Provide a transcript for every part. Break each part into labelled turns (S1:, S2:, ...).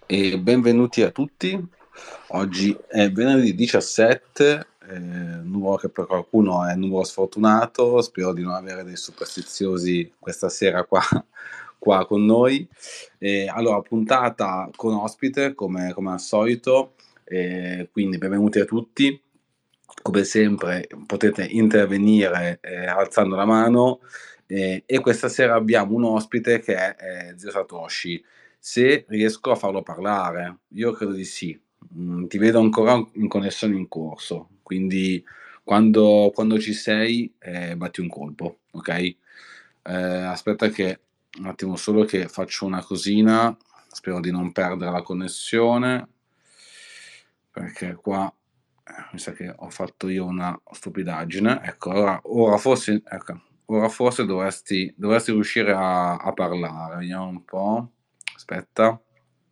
S1: E benvenuti a tutti. Oggi è venerdì 17, numero che per qualcuno è un numero sfortunato. Spero di non avere dei superstiziosi questa sera qua con noi. Allora, puntata con ospite come al solito, quindi benvenuti a tutti. Come sempre potete intervenire alzando la mano, e questa sera abbiamo un ospite che è Zio Satoshi. Se riesco a farlo parlare, io credo di sì. Ti vedo ancora in connessione in corso, quindi quando ci sei, batti un colpo, ok? Aspetta che un attimo solo che faccio una cosina, spero di non perdere la connessione, perché qua mi sa che ho fatto io una stupidaggine. Ecco, ora forse dovresti riuscire a parlare. Vediamo un po'. Aspetta,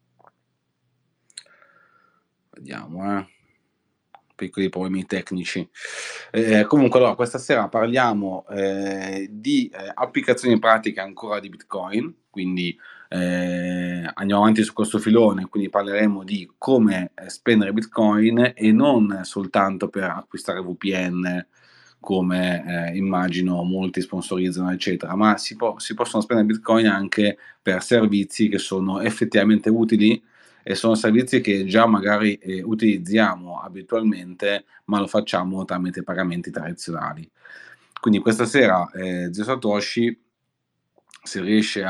S1: vediamo, piccoli problemi tecnici. Comunque, allora, questa sera parliamo di applicazioni pratiche ancora di Bitcoin, quindi andiamo avanti su questo filone, quindi parleremo di come spendere Bitcoin e non soltanto per acquistare VPN, come immagino molti sponsorizzano, eccetera, ma si possono spendere Bitcoin anche per servizi che sono effettivamente utili e sono servizi che già magari utilizziamo abitualmente, ma lo facciamo tramite pagamenti tradizionali. Quindi questa sera Zio Satoshi, se riesce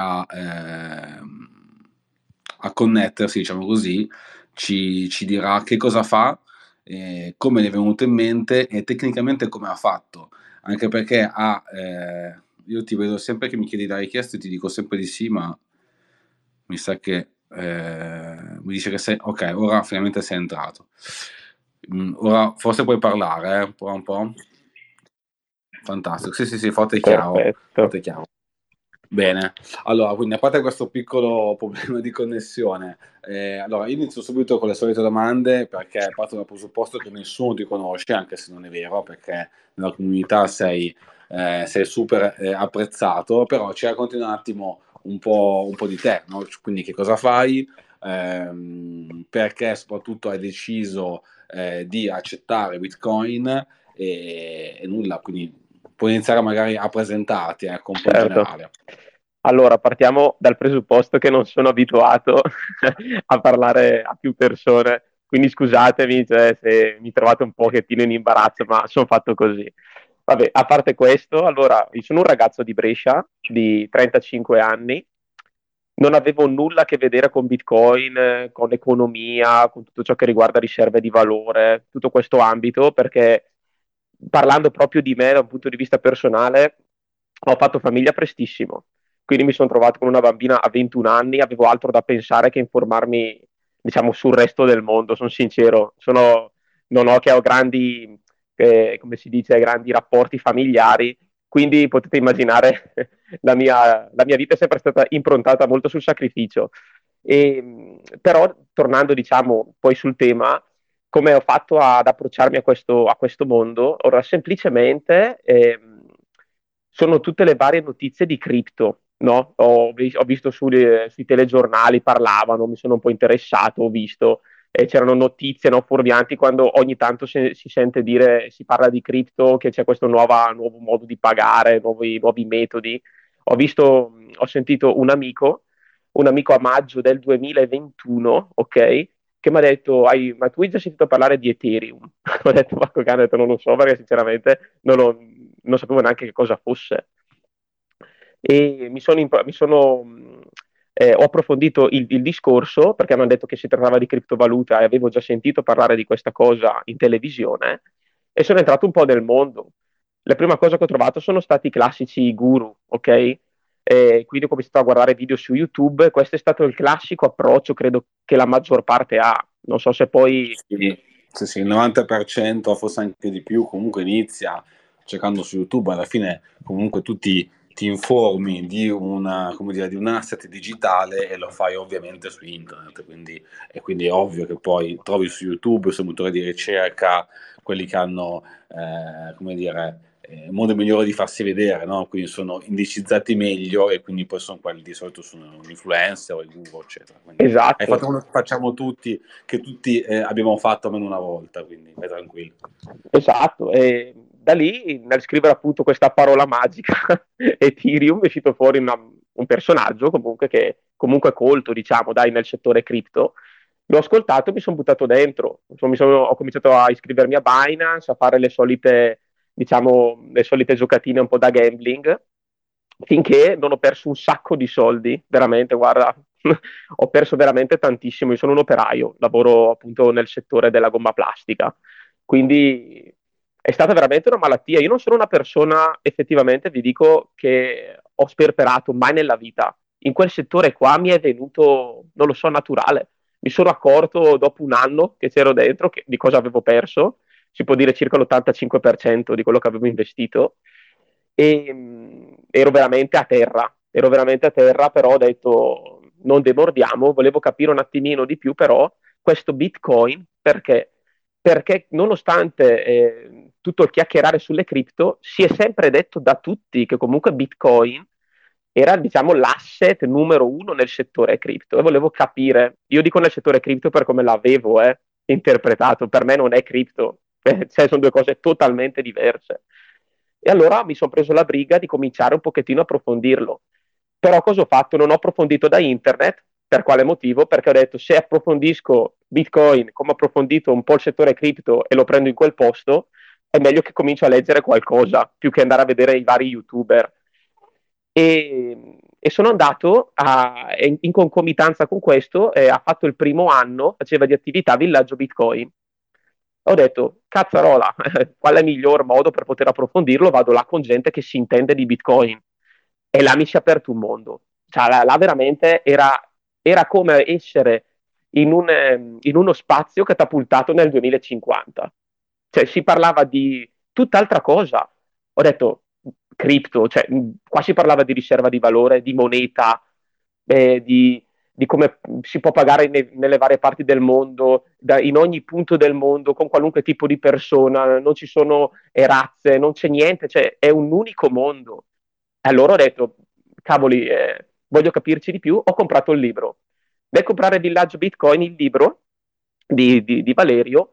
S1: a connettersi, diciamo così, ci dirà che cosa fa, come gli è venuto in mente e tecnicamente come ha fatto. Anche perché io ti vedo sempre che mi chiedi la richiesta e ti dico sempre di sì, ma mi sa che mi dice che sei ok, ora finalmente sei entrato. Ora forse puoi parlare, prova un po'. Fantastico, sì, sì, sì, forte e chiaro,
S2: Perfetto.
S1: forte e chiaro. Bene, allora, quindi a parte questo piccolo problema di connessione, allora io inizio subito con le solite domande perché parto dal presupposto che nessuno ti conosce, anche se non è vero, perché nella comunità sei super apprezzato, però ci racconti un attimo un po' di te, no? Quindi che cosa fai, perché soprattutto hai deciso di accettare Bitcoin e nulla, quindi puoi iniziare magari a presentarti, ecco, un po' in
S2: Certo.
S1: generale.
S2: Allora, partiamo dal presupposto che non sono abituato a parlare a più persone, quindi scusatemi, cioè, se mi trovate un pochettino in imbarazzo, ma sono fatto così. Vabbè, a parte questo, allora, io sono un ragazzo di Brescia di 35 anni, non avevo nulla a che vedere con Bitcoin, con l'economia, con tutto ciò che riguarda riserve di valore, tutto questo ambito, perché parlando proprio di me da un punto di vista personale, ho fatto famiglia prestissimo. Quindi mi sono trovato con una bambina a 21 anni, avevo altro da pensare che informarmi, diciamo, sul resto del mondo, sono sincero. Non ho che ho grandi, come si dice, grandi rapporti familiari, quindi potete immaginare la mia vita è sempre stata improntata molto sul sacrificio. Però, tornando, diciamo, poi sul tema, come ho fatto ad approcciarmi a questo mondo? Ora, semplicemente sono tutte le varie notizie di cripto, no? Ho visto sui telegiornali, parlavano, mi sono un po' interessato, ho visto, c'erano notizie, no, fuorvianti quando ogni tanto si sente dire, si parla di cripto, che c'è questo nuovo modo di pagare, nuovi metodi. Ho sentito un amico a maggio del 2021, ok? Che mi ha detto, ma tu hai già sentito parlare di Ethereum? Ho detto, ma ho detto, non lo so, perché sinceramente non sapevo neanche che cosa fosse. E ho approfondito il discorso perché mi hanno detto che si trattava di criptovaluta e avevo già sentito parlare di questa cosa in televisione e sono entrato un po' nel mondo. La prima cosa che ho trovato sono stati i classici guru, ok? E quindi ho cominciato a guardare video su YouTube. Questo è stato il classico approccio, credo che la maggior parte ha. Non so se poi.
S1: Sì, sì, sì, il 90%, forse anche di più, comunque inizia cercando su YouTube, alla fine comunque ti informi di come dire, di un asset digitale e lo fai ovviamente su internet, quindi è ovvio che poi trovi su YouTube, sul motore di ricerca, quelli che hanno, come dire, il modo migliore di farsi vedere, no? Quindi sono indicizzati meglio e quindi poi sono quelli di solito sono gli influencer o i guru, eccetera. Quindi hai
S2: Esatto,
S1: fatto quello che facciamo tutti, che tutti abbiamo fatto almeno una volta, quindi vai tranquillo.
S2: esatto. E da lì, nel scrivere appunto questa parola magica, Ethereum, è uscito fuori un personaggio comunque che comunque è colto, diciamo, dai, nel settore cripto. L'ho ascoltato e mi sono buttato dentro. Insomma, ho cominciato a iscrivermi a Binance, a fare le solite, diciamo, le solite giocatine un po' da gambling, finché non ho perso un sacco di soldi, veramente, guarda, ho perso veramente tantissimo. Io sono un operaio, lavoro appunto nel settore della gomma plastica, quindi è stata veramente una malattia. Io non sono una persona, effettivamente, vi dico, che ho sperperato mai nella vita. In quel settore qua mi è venuto, non lo so, naturale. Mi sono accorto dopo un anno che c'ero dentro di cosa avevo perso, si può dire circa l'85% di quello che avevo investito, e ero veramente a terra, però ho detto non demordiamo, volevo capire un attimino di più però questo Bitcoin, perché nonostante tutto il chiacchierare sulle cripto, si è sempre detto da tutti che comunque Bitcoin era, diciamo, l'asset numero uno nel settore cripto, e volevo capire, io dico nel settore cripto per come l'avevo interpretato, per me non è cripto, cioè sono due cose totalmente diverse. E allora mi sono preso la briga di cominciare un pochettino a approfondirlo. Però cosa ho fatto? Non ho approfondito da internet. Per quale motivo? Perché ho detto se approfondisco Bitcoin come ho approfondito un po' il settore cripto e lo prendo in quel posto, è meglio che comincio a leggere qualcosa più che andare a vedere i vari YouTuber. E sono andato in concomitanza con questo, ha fatto il primo anno, faceva di attività Villaggio Bitcoin. Ho detto, cazzarola, qual è il miglior modo per poter approfondirlo? Vado là con gente che si intende di Bitcoin. E là mi si è aperto un mondo. Cioè, là veramente era come essere in uno spazio catapultato nel 2050. Cioè, si parlava di tutt'altra cosa. Ho detto, cripto, cioè, qua si parlava di riserva di valore, di moneta, di come si può pagare nelle varie parti del mondo, in ogni punto del mondo, con qualunque tipo di persona, non ci sono razze, non c'è niente, cioè è un unico mondo. E allora ho detto, cavoli, voglio capirci di più, ho comprato il libro. Nel comprare Villaggio Bitcoin, il libro di Valerio,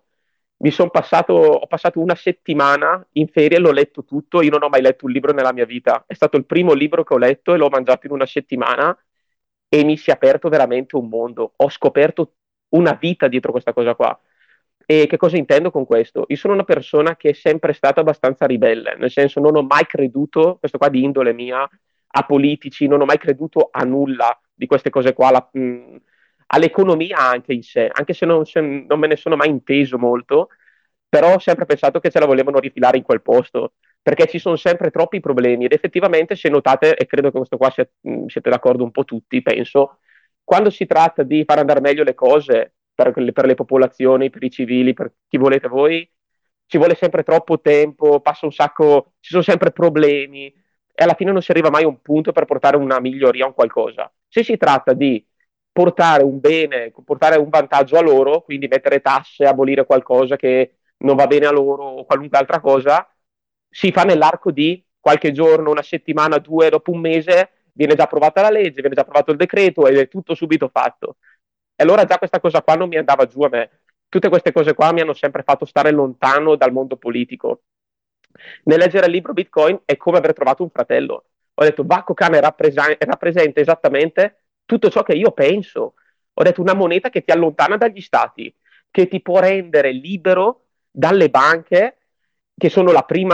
S2: ho passato una settimana in ferie, l'ho letto tutto, io non ho mai letto un libro nella mia vita, è stato il primo libro che ho letto e l'ho mangiato in una settimana e mi si è aperto veramente un mondo, ho scoperto una vita dietro questa cosa qua. E che cosa intendo con questo? Io sono una persona che è sempre stata abbastanza ribelle, nel senso non ho mai creduto, questo qua di indole mia, a politici, non ho mai creduto a nulla di queste cose qua, all'economia anche in sé, anche se non me ne sono mai inteso molto, però ho sempre pensato che ce la volevano rifilare in quel posto, perché ci sono sempre troppi problemi ed effettivamente se notate, e credo che questo qua siete d'accordo un po' tutti, penso, quando si tratta di far andare meglio le cose per le popolazioni, per i civili, per chi volete voi, ci vuole sempre troppo tempo, passa un sacco, ci sono sempre problemi e alla fine non si arriva mai a un punto per portare una miglioria a un qualcosa. Se si tratta di portare un bene, portare un vantaggio a loro, quindi mettere tasse, abolire qualcosa che non va bene a loro o qualunque altra cosa, si fa nell'arco di qualche giorno, una settimana, due, dopo un mese viene già approvata la legge, viene già approvato il decreto ed è tutto subito fatto. E allora già questa cosa qua non mi andava giù a me. Tutte queste cose qua mi hanno sempre fatto stare lontano dal mondo politico. Nel leggere il libro Bitcoin è come aver trovato un fratello. Ho detto, Bacco Khan rappresenta esattamente tutto ciò che io penso. Ho detto, una moneta che ti allontana dagli stati, che ti può rendere libero dalle banche, che sono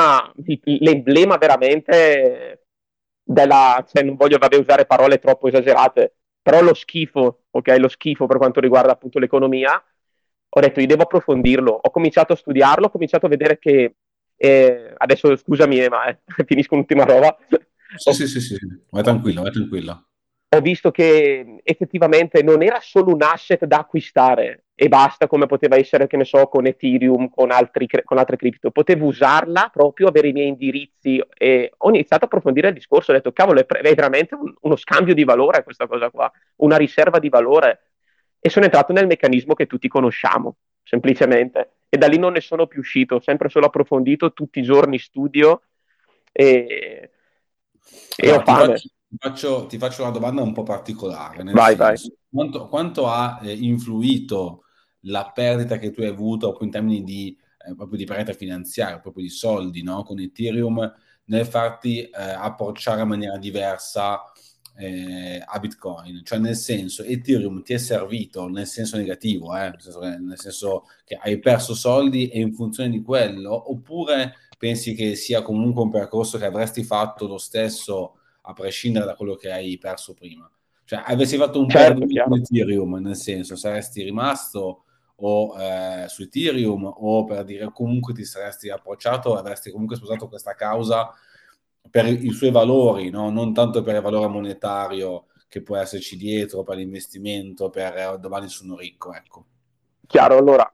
S2: l'emblema veramente della, cioè non voglio vabbè, usare parole troppo esagerate, però lo schifo, ok? Lo schifo per quanto riguarda appunto l'economia. Ho detto, io devo approfondirlo. Ho cominciato a studiarlo, ho cominciato a vedere che, adesso scusami, ma finisco un'ultima roba.
S1: Sì,
S2: Ho,
S1: sì, sì, sì, sì. Vai
S2: ho-
S1: tranquillo, vai tranquillo.
S2: ho visto che effettivamente non era solo un asset da acquistare e basta, come poteva essere, che ne so, con Ethereum, con altre cripto. Potevo usarla proprio, avere i miei indirizzi e ho iniziato a approfondire il discorso. Ho detto, cavolo, è veramente uno scambio di valore questa cosa qua, una riserva di valore. E sono entrato nel meccanismo che tutti conosciamo, semplicemente. E da lì non ne sono più uscito, sempre solo approfondito, tutti i giorni studio e ho
S1: Allora,
S2: fame.
S1: ti faccio una domanda un po' particolare, nel
S2: Vai, vai.
S1: senso, quanto ha influito la perdita che tu hai avuto proprio in termini di, proprio di perdita finanziaria, proprio di soldi, no? Con Ethereum, nel farti approcciare in maniera diversa a Bitcoin? Cioè, nel senso, Ethereum ti è servito nel senso negativo, nel senso che hai perso soldi e in funzione di quello, oppure pensi che sia comunque un percorso che avresti fatto lo stesso a prescindere da quello che hai perso prima? Cioè, avessi fatto un
S2: Certo,
S1: perduto su
S2: chiaro.
S1: Ethereum, nel senso, saresti rimasto o su Ethereum, o per dire comunque ti saresti approcciato, avresti comunque sposato questa causa per i suoi valori, no? Non tanto per il valore monetario che può esserci dietro, per l'investimento, per domani sono ricco, ecco.
S2: Chiaro, allora,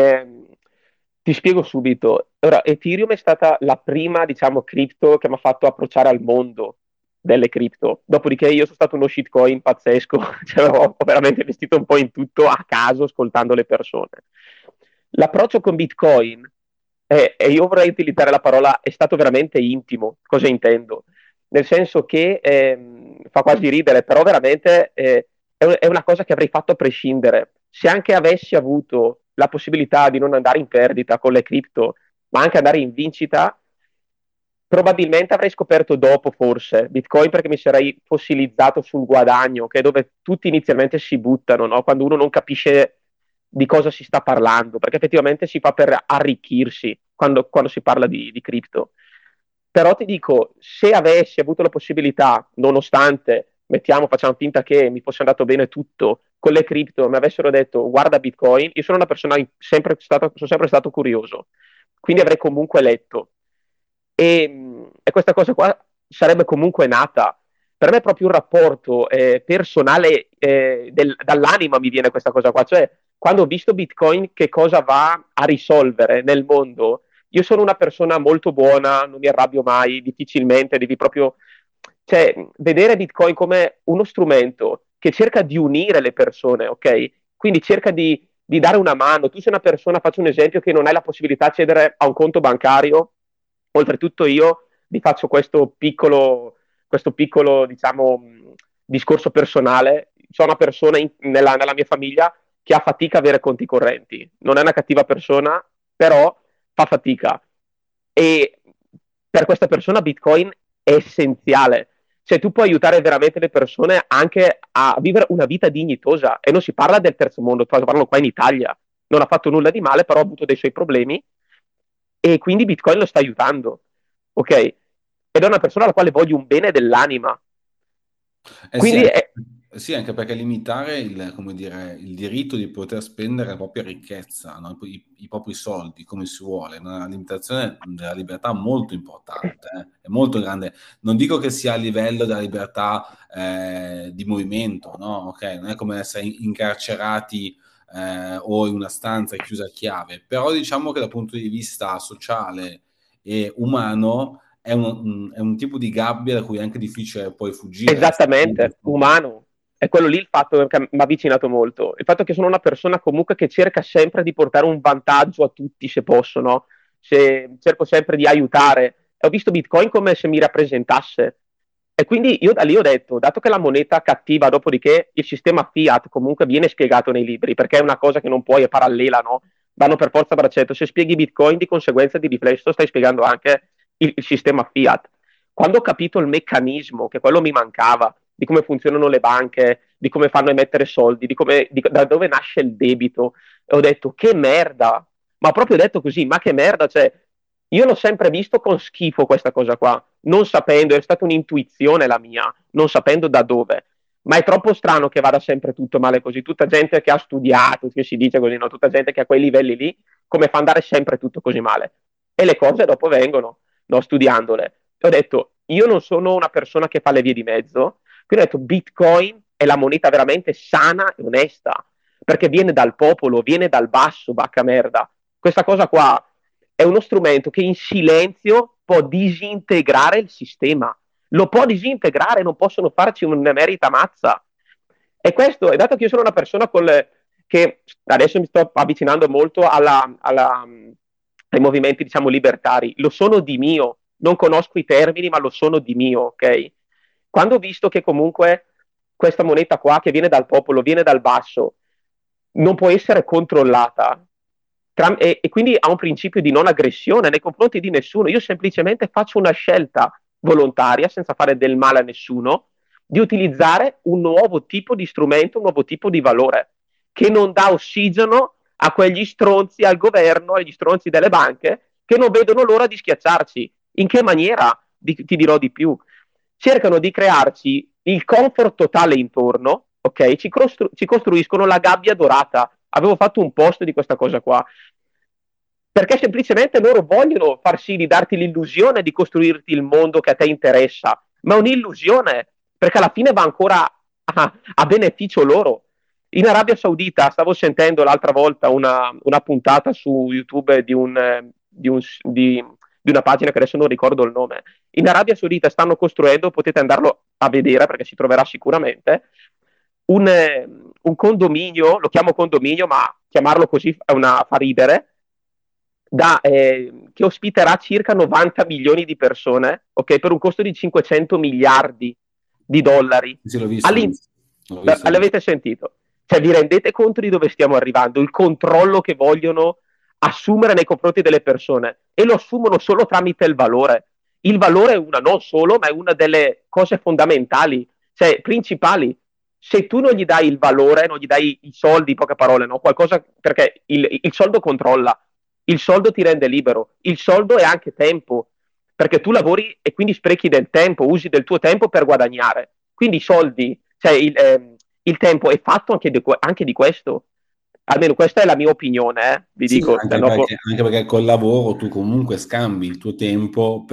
S2: ti spiego subito. Ora, Ethereum è stata la prima, diciamo, cripto che mi ha fatto approcciare al mondo delle cripto. Dopodiché io sono stato uno shitcoin pazzesco, cioè ho veramente investito un po' in tutto a caso, ascoltando le persone. L'approccio con Bitcoin, e io vorrei utilizzare la parola, è stato veramente intimo. Cosa intendo? Nel senso che fa quasi ridere, però veramente è una cosa che avrei fatto a prescindere. Se anche avessi avuto la possibilità di non andare in perdita con le cripto, ma anche andare in vincita, probabilmente avrei scoperto dopo forse Bitcoin perché mi sarei fossilizzato sul guadagno, che è dove tutti inizialmente si buttano, no? Quando uno non capisce di cosa si sta parlando, perché effettivamente si fa per arricchirsi quando si parla di cripto. Però ti dico, se avessi avuto la possibilità, nonostante, mettiamo, facciamo finta che mi fosse andato bene tutto, con le cripto mi avessero detto guarda Bitcoin, io sono una persona sono sempre stato curioso, quindi avrei comunque letto. E questa cosa qua sarebbe comunque nata. Per me è proprio un rapporto personale, dall'anima mi viene questa cosa qua, cioè quando ho visto Bitcoin che cosa va a risolvere nel mondo, io sono una persona molto buona, non mi arrabbio mai, difficilmente, devi proprio, cioè, vedere Bitcoin come uno strumento che cerca di unire le persone, ok? Quindi cerca di dare una mano. Tu sei una persona, faccio un esempio, che non hai la possibilità di accedere a un conto bancario, oltretutto io vi faccio questo piccolo, diciamo, discorso personale. Sono una persona nella mia famiglia che ha fatica a avere conti correnti. Non è una cattiva persona, però fa fatica. E per questa persona Bitcoin è essenziale. Cioè, tu puoi aiutare veramente le persone anche a vivere una vita dignitosa. E non si parla del terzo mondo, parlano qua in Italia. Non ha fatto nulla di male, però ha avuto dei suoi problemi e quindi Bitcoin lo sta aiutando, ok? Ed è una persona alla quale voglio un bene dell'anima.
S1: Eh sì,
S2: Quindi
S1: anche,
S2: è,
S1: sì, anche perché limitare come dire, il diritto di poter spendere la propria ricchezza, no? I propri soldi come si vuole, no? Una limitazione della libertà molto importante, è molto grande. Non dico che sia a livello della libertà di movimento, no? Ok, non è come essere incarcerati o in una stanza chiusa a chiave, però diciamo che dal punto di vista sociale e umano è un tipo di gabbia da cui è anche difficile poi fuggire.
S2: esattamente umano. È quello lì il fatto che mi ha avvicinato molto. Il fatto che sono una persona comunque che cerca sempre di portare un vantaggio a tutti se posso, no? Cerco sempre di aiutare. E ho visto Bitcoin come se mi rappresentasse. E quindi io da lì ho detto, dato che la moneta cattiva, dopodiché il sistema fiat comunque viene spiegato nei libri, perché è una cosa che non puoi, è parallela, no? Vanno per forza a braccetto. Se spieghi Bitcoin, di conseguenza di riflesso stai spiegando anche il sistema fiat. Quando ho capito il meccanismo, che quello mi mancava, di come funzionano le banche, di come fanno a emettere soldi, da dove nasce il debito, ho detto che merda, ma ho proprio detto così, ma che merda, cioè, io l'ho sempre visto con schifo questa cosa qua, non sapendo, è stata un'intuizione la mia, non sapendo da dove. Ma è troppo strano che vada sempre tutto male così. Tutta gente che ha studiato, che si dice così, no? Tutta gente che ha quei livelli lì, come fa andare sempre tutto così male. E le cose dopo vengono, no? Studiandole. E ho detto, io non sono una persona che fa le vie di mezzo, quindi ho detto, Bitcoin è la moneta veramente sana e onesta, perché viene dal popolo, viene dal basso, bacca merda. Questa cosa qua è uno strumento che in silenzio può disintegrare il sistema. Lo può disintegrare, non possono farci una merita mazza. E questo, è dato che io sono una persona che adesso mi sto avvicinando molto ai movimenti, diciamo, libertari, lo sono di mio, non conosco i termini, ma lo sono di mio, ok? Quando ho visto che comunque questa moneta qua, che viene dal popolo, viene dal basso, non può essere controllata, e quindi ha un principio di non aggressione nei confronti di nessuno. Io semplicemente faccio una scelta volontaria, senza fare del male a nessuno, di utilizzare un nuovo tipo di strumento, un nuovo tipo di valore, che non dà ossigeno a quegli stronzi al governo, agli stronzi delle banche, che non vedono l'ora di schiacciarci. In che maniera? Ti dirò di più. Cercano di crearci il comfort totale intorno, ok? Ci costruiscono la gabbia dorata. Avevo fatto un post di questa cosa qua, perché semplicemente loro vogliono far sì di darti l'illusione di costruirti il mondo che a te interessa, ma è un'illusione, perché alla fine va ancora a beneficio loro. In Arabia Saudita stavo sentendo l'altra volta una puntata su YouTube di una pagina che adesso non ricordo il nome. In Arabia Saudita stanno costruendo, potete andarlo a vedere perché si troverà sicuramente, un condominio, lo chiamo condominio, ma chiamarlo così fa ridere, che ospiterà circa 90 milioni di persone, ok, per un costo di 500 miliardi di dollari.
S1: Sì, l'ho visto, l'ho visto, l'ho visto.
S2: L'avete sentito? Cioè, vi rendete conto di dove stiamo arrivando? Il controllo che vogliono assumere nei confronti delle persone, e lo assumono solo tramite il valore. Il valore è una, non solo, ma è una delle cose fondamentali, cioè principali. Se tu non gli dai il valore, non gli dai i soldi, in poche parole, no? Qualcosa, perché il soldo controlla, il soldo ti rende libero, il soldo è anche tempo, perché tu lavori e quindi sprechi del tempo, usi del tuo tempo per guadagnare. Quindi i soldi, cioè il tempo è fatto anche di questo. Almeno questa è la mia opinione, vi
S1: Sì,
S2: dico. Se no,
S1: anche perché col lavoro tu comunque scambi il tuo tempo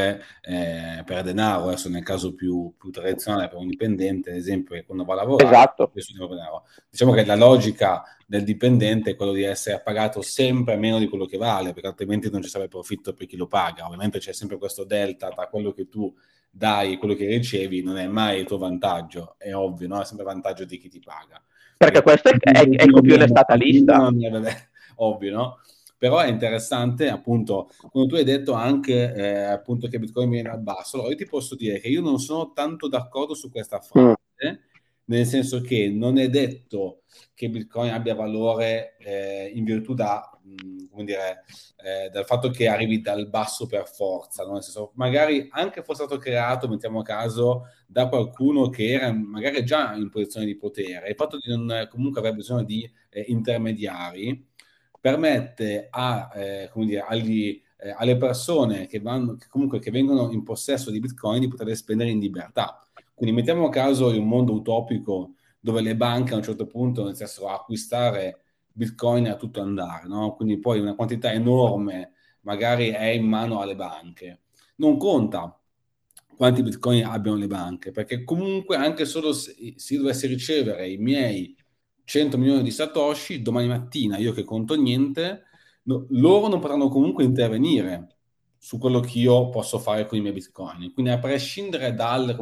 S1: per denaro. Adesso nel caso più tradizionale per un dipendente, ad esempio, che quando va a lavorare,
S2: esatto.
S1: diciamo che la logica del dipendente è quello di essere pagato sempre meno di quello che vale, perché altrimenti non ci sarebbe profitto per chi lo paga. Ovviamente c'è sempre questo delta tra quello che tu dai e quello che ricevi, non è mai il tuo vantaggio, è ovvio, no? È sempre vantaggio di chi ti paga.
S2: Perché questo è il copione statalista.
S1: Ovvio, no? Però è interessante, appunto, quando tu hai detto anche appunto che Bitcoin viene dal basso. Allora io ti posso dire che io non sono tanto d'accordo su questa
S2: Mm.
S1: frase, nel senso che non è detto che Bitcoin abbia valore in virtù come dire, dal fatto che arrivi dal basso per forza, no? Nel senso, magari anche fosse stato creato, mettiamo a caso, da qualcuno che era magari già in posizione di potere. Il fatto di non comunque aver bisogno di intermediari permette come dire, alle persone che comunque che vengono in possesso di Bitcoin di poterle spendere in libertà. Quindi mettiamo a caso un mondo utopico dove le banche a un certo punto iniziassero a acquistare Bitcoin a tutto andare, no? Quindi poi una quantità enorme magari è in mano alle banche. Non conta quanti Bitcoin abbiano le banche, perché comunque anche solo se io dovessi ricevere i miei 100 milioni di Satoshi, domani mattina io che conto niente, loro non potranno comunque intervenire su quello che io posso fare con i miei Bitcoin. Quindi a prescindere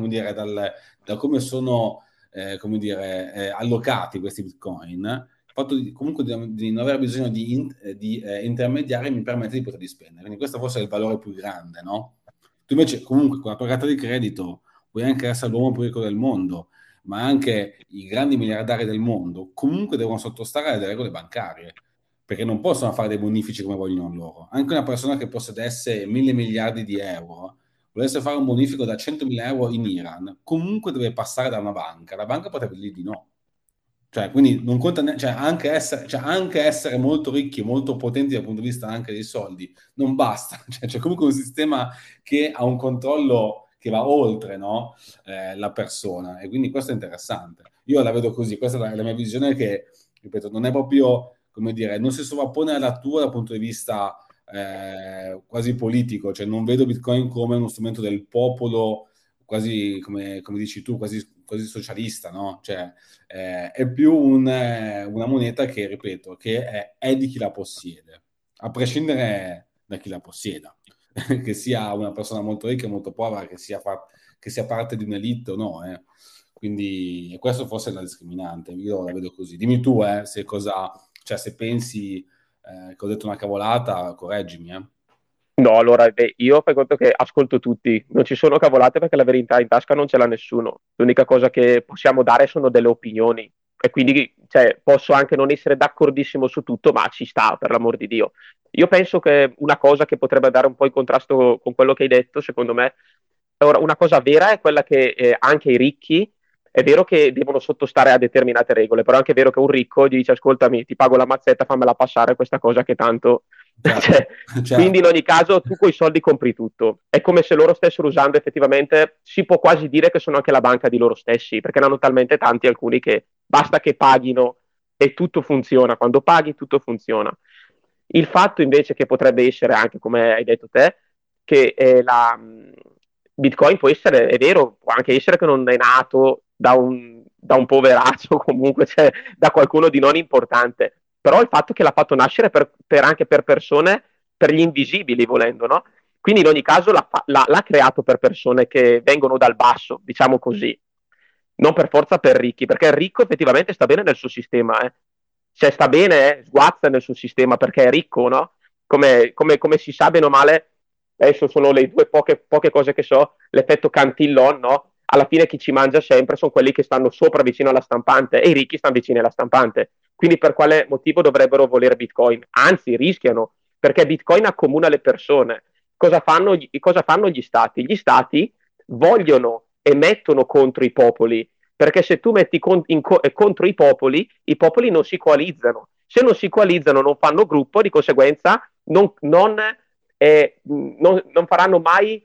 S1: da come sono come dire, allocati questi Bitcoin, il fatto comunque di non avere bisogno di intermediari mi permette di poterli spendere. Quindi questo forse è il valore più grande, no? Tu invece comunque con la tua carta di credito puoi anche essere l'uomo più ricco del mondo, ma anche i grandi miliardari del mondo comunque devono sottostare alle regole bancarie, perché non possono fare dei bonifici come vogliono loro. Anche una persona che possedesse 1.000 miliardi di euro, volesse fare un bonifico da 100.000 euro in Iran, comunque deve passare da una banca. La banca potrebbe dire di no. Cioè, quindi non conta anche essere molto ricchi, molto potenti dal punto di vista anche dei soldi, non basta. Cioè, c'è comunque un sistema che ha un controllo che va oltre, no? La persona. E quindi questo è interessante. Io la vedo così, questa è la mia visione che, ripeto, non è proprio, come dire, non si sovrappone alla tua dal punto di vista quasi politico, cioè non vedo Bitcoin come uno strumento del popolo, quasi come dici tu, quasi socialista, no? Cioè, è più una moneta che, ripeto, che è di chi la possiede, a prescindere da chi la possieda, che sia una persona molto ricca o molto povera, che sia parte di un'elite o no. Quindi questo forse è la discriminante, io la vedo così. Dimmi tu cioè, se pensi che ho detto una cavolata, correggimi.
S2: No, allora, io fai conto che ascolto tutti, non ci sono cavolate perché la verità in tasca non ce l'ha nessuno. L'unica cosa che possiamo dare sono delle opinioni e quindi cioè, posso anche non essere d'accordissimo su tutto, ma ci sta, per l'amor di Dio. Io penso che una cosa che potrebbe dare un po' in contrasto con quello che hai detto, secondo me, ora, una cosa vera è quella che anche i ricchi è vero che devono sottostare a determinate regole, però è anche vero che un ricco gli dice ascoltami, ti pago la mazzetta, fammela passare questa cosa che tanto...
S1: Certo,
S2: cioè, quindi in
S1: certo.
S2: ogni caso tu con i soldi compri tutto. È come se loro stessero usando effettivamente, si può quasi dire che sono anche la banca di loro stessi, perché ne hanno talmente tanti alcuni che basta che paghino e tutto funziona. Quando paghi tutto funziona. Il fatto invece che potrebbe essere anche, come hai detto te, che Bitcoin può essere, è vero, può anche essere che non è nato da un poveraccio, comunque, cioè, da qualcuno di non importante, però il fatto che l'ha fatto nascere anche per persone, per gli invisibili, volendo, no? Quindi in ogni caso l'ha creato per persone che vengono dal basso, diciamo così, non per forza per ricchi, perché il ricco effettivamente sta bene nel suo sistema, eh. Cioè sta bene, sguazza nel suo sistema perché è ricco, no? Come si sa bene o male, adesso sono le due poche cose che so, l'effetto Cantillon, no? Alla fine chi ci mangia sempre sono quelli che stanno sopra vicino alla stampante e i ricchi stanno vicini alla stampante. Quindi per quale motivo dovrebbero volere Bitcoin? Anzi, rischiano, perché Bitcoin accomuna le persone. Cosa fanno gli stati? Gli stati vogliono e mettono contro i popoli, perché se tu metti contro i popoli non si coalizzano. Se non si coalizzano, non fanno gruppo, di conseguenza non faranno mai,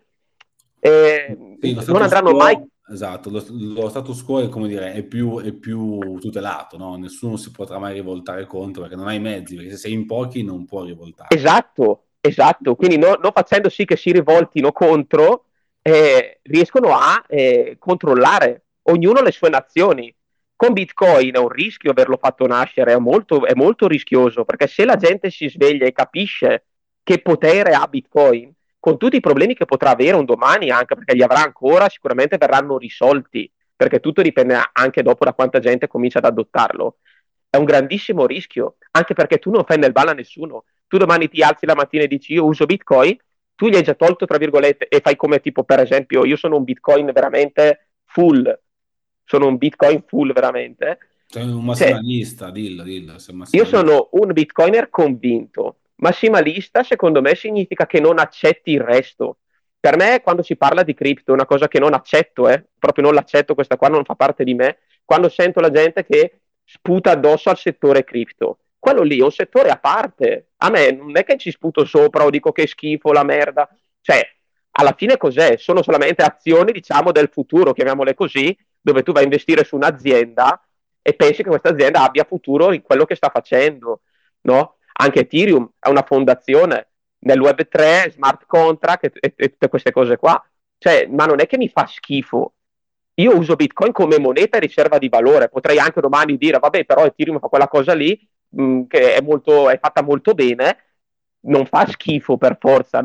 S1: Sì, lo
S2: non
S1: status
S2: andranno mai.
S1: quo, esatto, lo status quo è come dire, è più tutelato, no? Nessuno si potrà mai rivoltare contro perché non hai mezzi, perché se sei in pochi non puoi rivoltarti.
S2: Esatto, esatto. Quindi non facendo sì che si rivoltino contro, riescono a controllare ognuno le sue nazioni. Con Bitcoin è un rischio averlo fatto nascere, è molto rischioso, perché se la gente si sveglia e capisce che potere ha Bitcoin, con tutti i problemi che potrà avere un domani, anche perché li avrà ancora, sicuramente verranno risolti, perché tutto dipende anche dopo da quanta gente comincia ad adottarlo. È un grandissimo rischio, anche perché tu non fai nel balla a nessuno. Tu domani ti alzi la mattina e dici io uso Bitcoin, tu gli hai già tolto, tra virgolette, e fai come tipo, per esempio, io sono un Bitcoin veramente full, sono un Bitcoin full veramente.
S1: Sei un
S2: Cioè,
S1: massimalista, dillo, sei un
S2: io
S1: massimalista.
S2: sono un Bitcoiner convinto. Massimalista, secondo me, significa che non accetti il resto. Per me, quando si parla di cripto, è una cosa che non accetto, proprio non l'accetto, questa qua non fa parte di me. Quando sento la gente che sputa addosso al settore cripto, quello lì è un settore a parte. A me non è che ci sputo sopra o dico che schifo la merda. Cioè, alla fine cos'è? Sono solamente azioni, diciamo, del futuro, chiamiamole così, dove tu vai a investire su un'azienda e pensi che questa azienda abbia futuro in quello che sta facendo, no? Anche Ethereum è una fondazione nel Web 3, smart contract e tutte queste cose qua. Cioè, ma non è che mi fa schifo. Io uso Bitcoin come moneta e riserva di valore. Potrei anche domani dire, vabbè, però Ethereum fa quella cosa lì, che è fatta molto bene, non fa schifo per forza.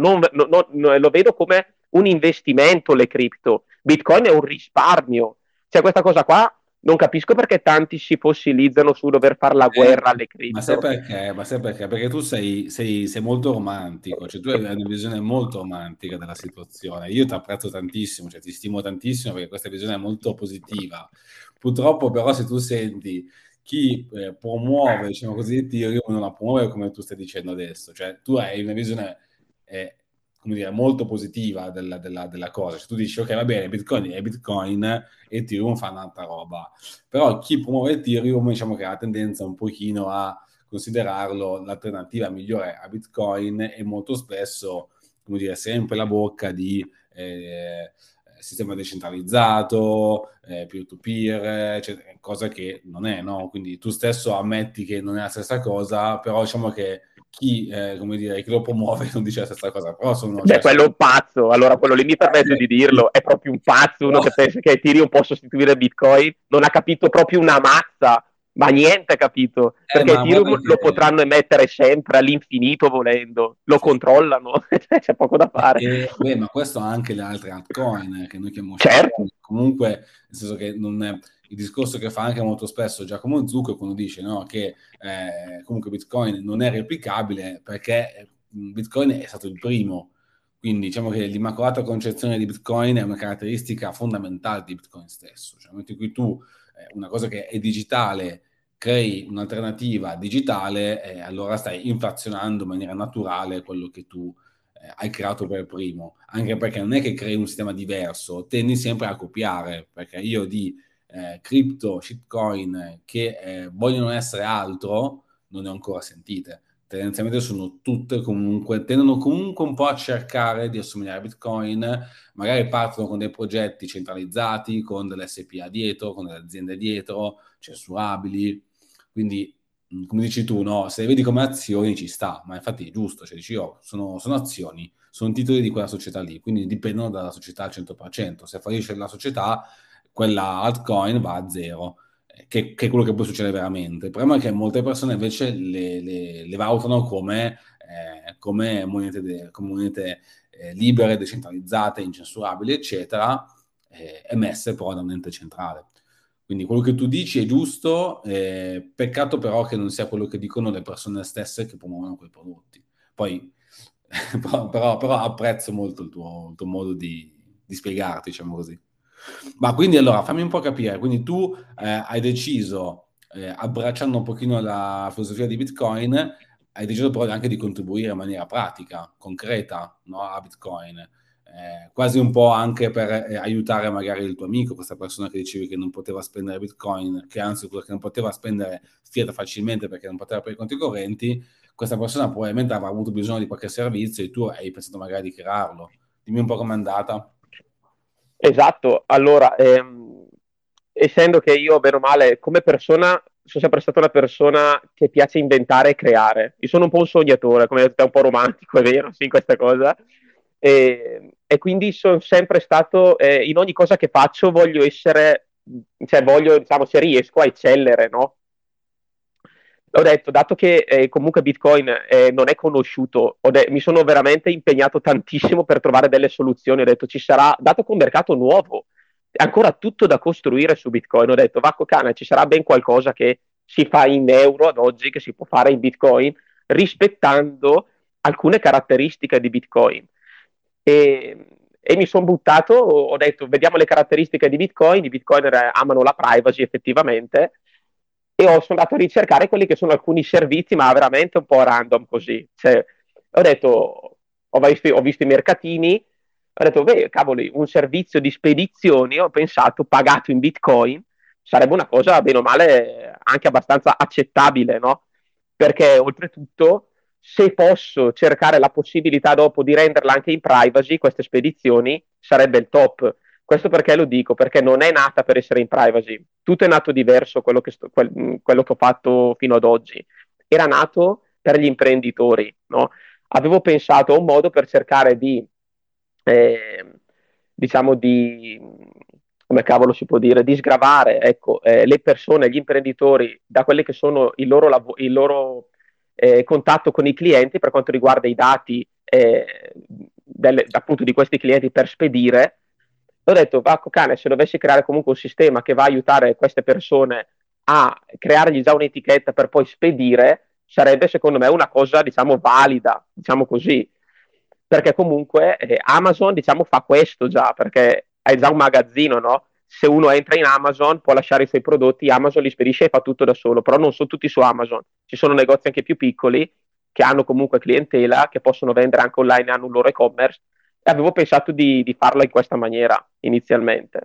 S2: Lo vedo come un investimento le cripto. Bitcoin è un risparmio. Cioè, questa cosa qua non capisco perché tanti si fossilizzano su dover fare la
S1: Eh,
S2: guerra alle
S1: ma sai
S2: cripto.
S1: perché? Ma sai perché? Perché tu sei molto romantico, cioè tu hai una visione molto romantica della situazione. Io ti apprezzo tantissimo, cioè ti stimo tantissimo perché questa visione è molto positiva. Purtroppo però se tu senti chi promuove, diciamo così, Ethereum non la promuove come tu stai dicendo adesso, cioè tu hai una visione eh, come dire, molto positiva della cosa. Cioè, tu dici ok, va bene, Bitcoin è Bitcoin, Ethereum fa un'altra roba. Però chi promuove Ethereum, diciamo che ha la tendenza un pochino a considerarlo l'alternativa migliore a Bitcoin e molto spesso, come dire, sempre la bocca di sistema decentralizzato, peer-to-peer, cioè, cosa che non è, no? Quindi tu stesso ammetti che non è la stessa cosa, però diciamo che come dire, chi lo promuove non dice la stessa cosa, però sono,
S2: Beh,
S1: cioè,
S2: quello è un pazzo. Allora, quello lì mi permetto di dirlo. È proprio un pazzo uno
S1: però,
S2: che pensa che Ethereum può sostituire Bitcoin. Non ha capito proprio una mazza, ma niente ha capito. Perché
S1: ma guarda
S2: Ethereum lo
S1: che
S2: potranno emettere sempre all'infinito volendo. Lo
S1: sì.
S2: controllano. C'è poco da fare.
S1: Beh, ma questo ha anche le altre altcoin che noi chiamiamo
S2: Certo.
S1: shitcoin. Comunque, nel senso che non è, il discorso che fa anche molto spesso Giacomo Zucco quando dice no, che comunque Bitcoin non è replicabile perché Bitcoin è stato il primo. Quindi diciamo che l'immacolata concezione di Bitcoin è una caratteristica fondamentale di Bitcoin stesso. Cioè, nel momento in cui tu, una cosa che è digitale, crei un'alternativa digitale, allora stai inflazionando in maniera naturale quello che tu hai creato per primo. Anche perché non è che crei un sistema diverso, tendi sempre a copiare, perché io di cripto, shitcoin che vogliono essere altro, non ne ho ancora sentite. Tendenzialmente sono tutte comunque, tendono comunque un po' a cercare di assomigliare a Bitcoin, magari partono con dei progetti centralizzati, con delle SPA dietro, con delle aziende dietro, censurabili, quindi come dici tu, no? Se le vedi come azioni ci sta, ma infatti è giusto, cioè dici, oh, sono azioni, sono titoli di quella società lì, quindi dipendono dalla società al 100%. Se fallisce la società, quella altcoin va a zero, che è quello che può succedere veramente. Il problema è che molte persone invece le valutano come monete libere, decentralizzate, incensurabili, eccetera, emesse però da un ente centrale. Quindi quello che tu dici è giusto, peccato però che non sia quello che dicono le persone stesse che promuovono quei prodotti. Poi, però apprezzo molto il tuo modo di spiegarti, diciamo così. Ma quindi allora fammi un po' capire, quindi tu hai deciso, abbracciando un pochino la filosofia di Bitcoin, hai deciso però anche di contribuire in maniera pratica, concreta, no, a Bitcoin, quasi un po' anche per aiutare magari il tuo amico, questa persona che dicevi che non poteva spendere Bitcoin, che anzi quello che non poteva spendere fiat facilmente perché non poteva per i conti correnti, questa persona probabilmente avrà avuto bisogno di qualche servizio e tu hai pensato magari di crearlo. Dimmi un po' com'è andata.
S2: Esatto, allora, essendo che io, bene o male, come persona, sono sempre stata una persona che piace inventare e creare. Io sono un po' un sognatore, come detto, è un po' romantico, è vero, sì, questa cosa. E quindi sono sempre stato, in ogni cosa che faccio voglio essere, cioè voglio, diciamo, se riesco a eccellere, no? Ho detto, dato che comunque Bitcoin non è conosciuto, mi sono veramente impegnato tantissimo per trovare delle soluzioni. Ho detto, ci sarà, dato che è un mercato nuovo, è ancora tutto da costruire su Bitcoin. Ho detto, vacco cane, ci sarà ben qualcosa che si fa in euro ad oggi, che si può fare in Bitcoin, rispettando alcune caratteristiche di Bitcoin. E mi sono buttato, ho detto, vediamo le caratteristiche di Bitcoin. I Bitcoiner amano la privacy effettivamente e sono andato a ricercare quelli che sono alcuni servizi, ma veramente un po' random così. Cioè, ho detto, ho visto i mercatini, ho detto, beh, cavoli, un servizio di spedizioni, ho pensato, pagato in Bitcoin, sarebbe una cosa, bene o male, anche abbastanza accettabile, no? Perché oltretutto, se posso cercare la possibilità dopo di renderla anche in privacy, queste spedizioni, sarebbe il top. Questo perché lo dico? Perché non è nata per essere in privacy. Tutto è nato diverso quello che ho fatto fino ad oggi. Era nato per gli imprenditori, no? Avevo pensato a un modo per cercare eh, diciamo come cavolo si può dire, di sgravare, ecco, le persone, gli imprenditori da quelli che sono il loro contatto con i clienti per quanto riguarda i dati appunto di questi clienti per spedire. Ho detto, vacco cane, se dovessi creare comunque un sistema che va a aiutare queste persone a creargli già un'etichetta per poi spedire, sarebbe secondo me una cosa, diciamo, valida, diciamo così. Perché comunque Amazon, diciamo, fa questo già, perché è già un magazzino, no? Se uno entra in Amazon può lasciare i suoi prodotti, Amazon li spedisce e fa tutto da solo, però non sono tutti su Amazon. Ci sono negozi anche più piccoli che hanno comunque clientela, che possono vendere anche online, hanno un loro e-commerce e avevo pensato di farla in questa maniera inizialmente.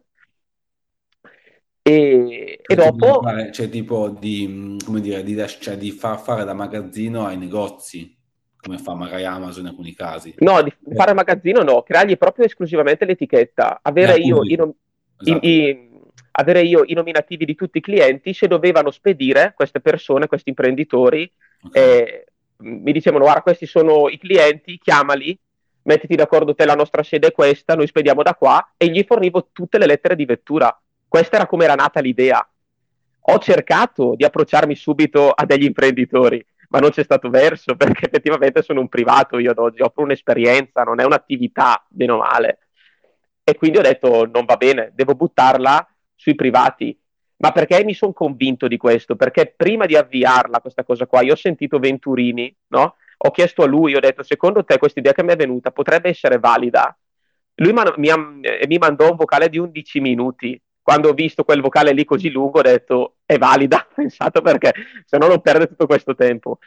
S2: E
S1: Cioè, tipo
S2: dopo,
S1: cioè, tipo di, come dire, cioè, di far fare da magazzino ai negozi, come fa magari Amazon in alcuni casi.
S2: no, di fare magazzino no, creargli proprio esclusivamente l'etichetta,
S1: Appunto,
S2: i-
S1: esatto.
S2: i- avere io i nominativi di tutti i clienti, se dovevano spedire queste persone, questi imprenditori,
S1: Ok.
S2: mi dicevano, guarda, questi sono i clienti, chiamali, mettiti d'accordo te, la nostra sede è questa, noi spediamo da qua, e gli fornivo tutte le lettere di vettura. Questa era come era nata l'idea. Ho cercato di approcciarmi subito a degli imprenditori, ma non c'è stato verso perché effettivamente sono un privato io ad oggi, offro un'esperienza, non è un'attività, bene o male. E quindi ho detto non va bene, devo buttarla sui privati. Ma perché mi sono convinto di questo? Perché prima di avviarla questa cosa qua, io ho sentito Venturini, no? Ho chiesto a lui, ho detto, secondo te questa idea che mi è venuta potrebbe essere valida? Lui mi mandò un vocale di 11 minuti. Quando ho visto quel vocale lì così lungo, ho detto, è valida, ho pensato, perché se no non perde tutto questo tempo.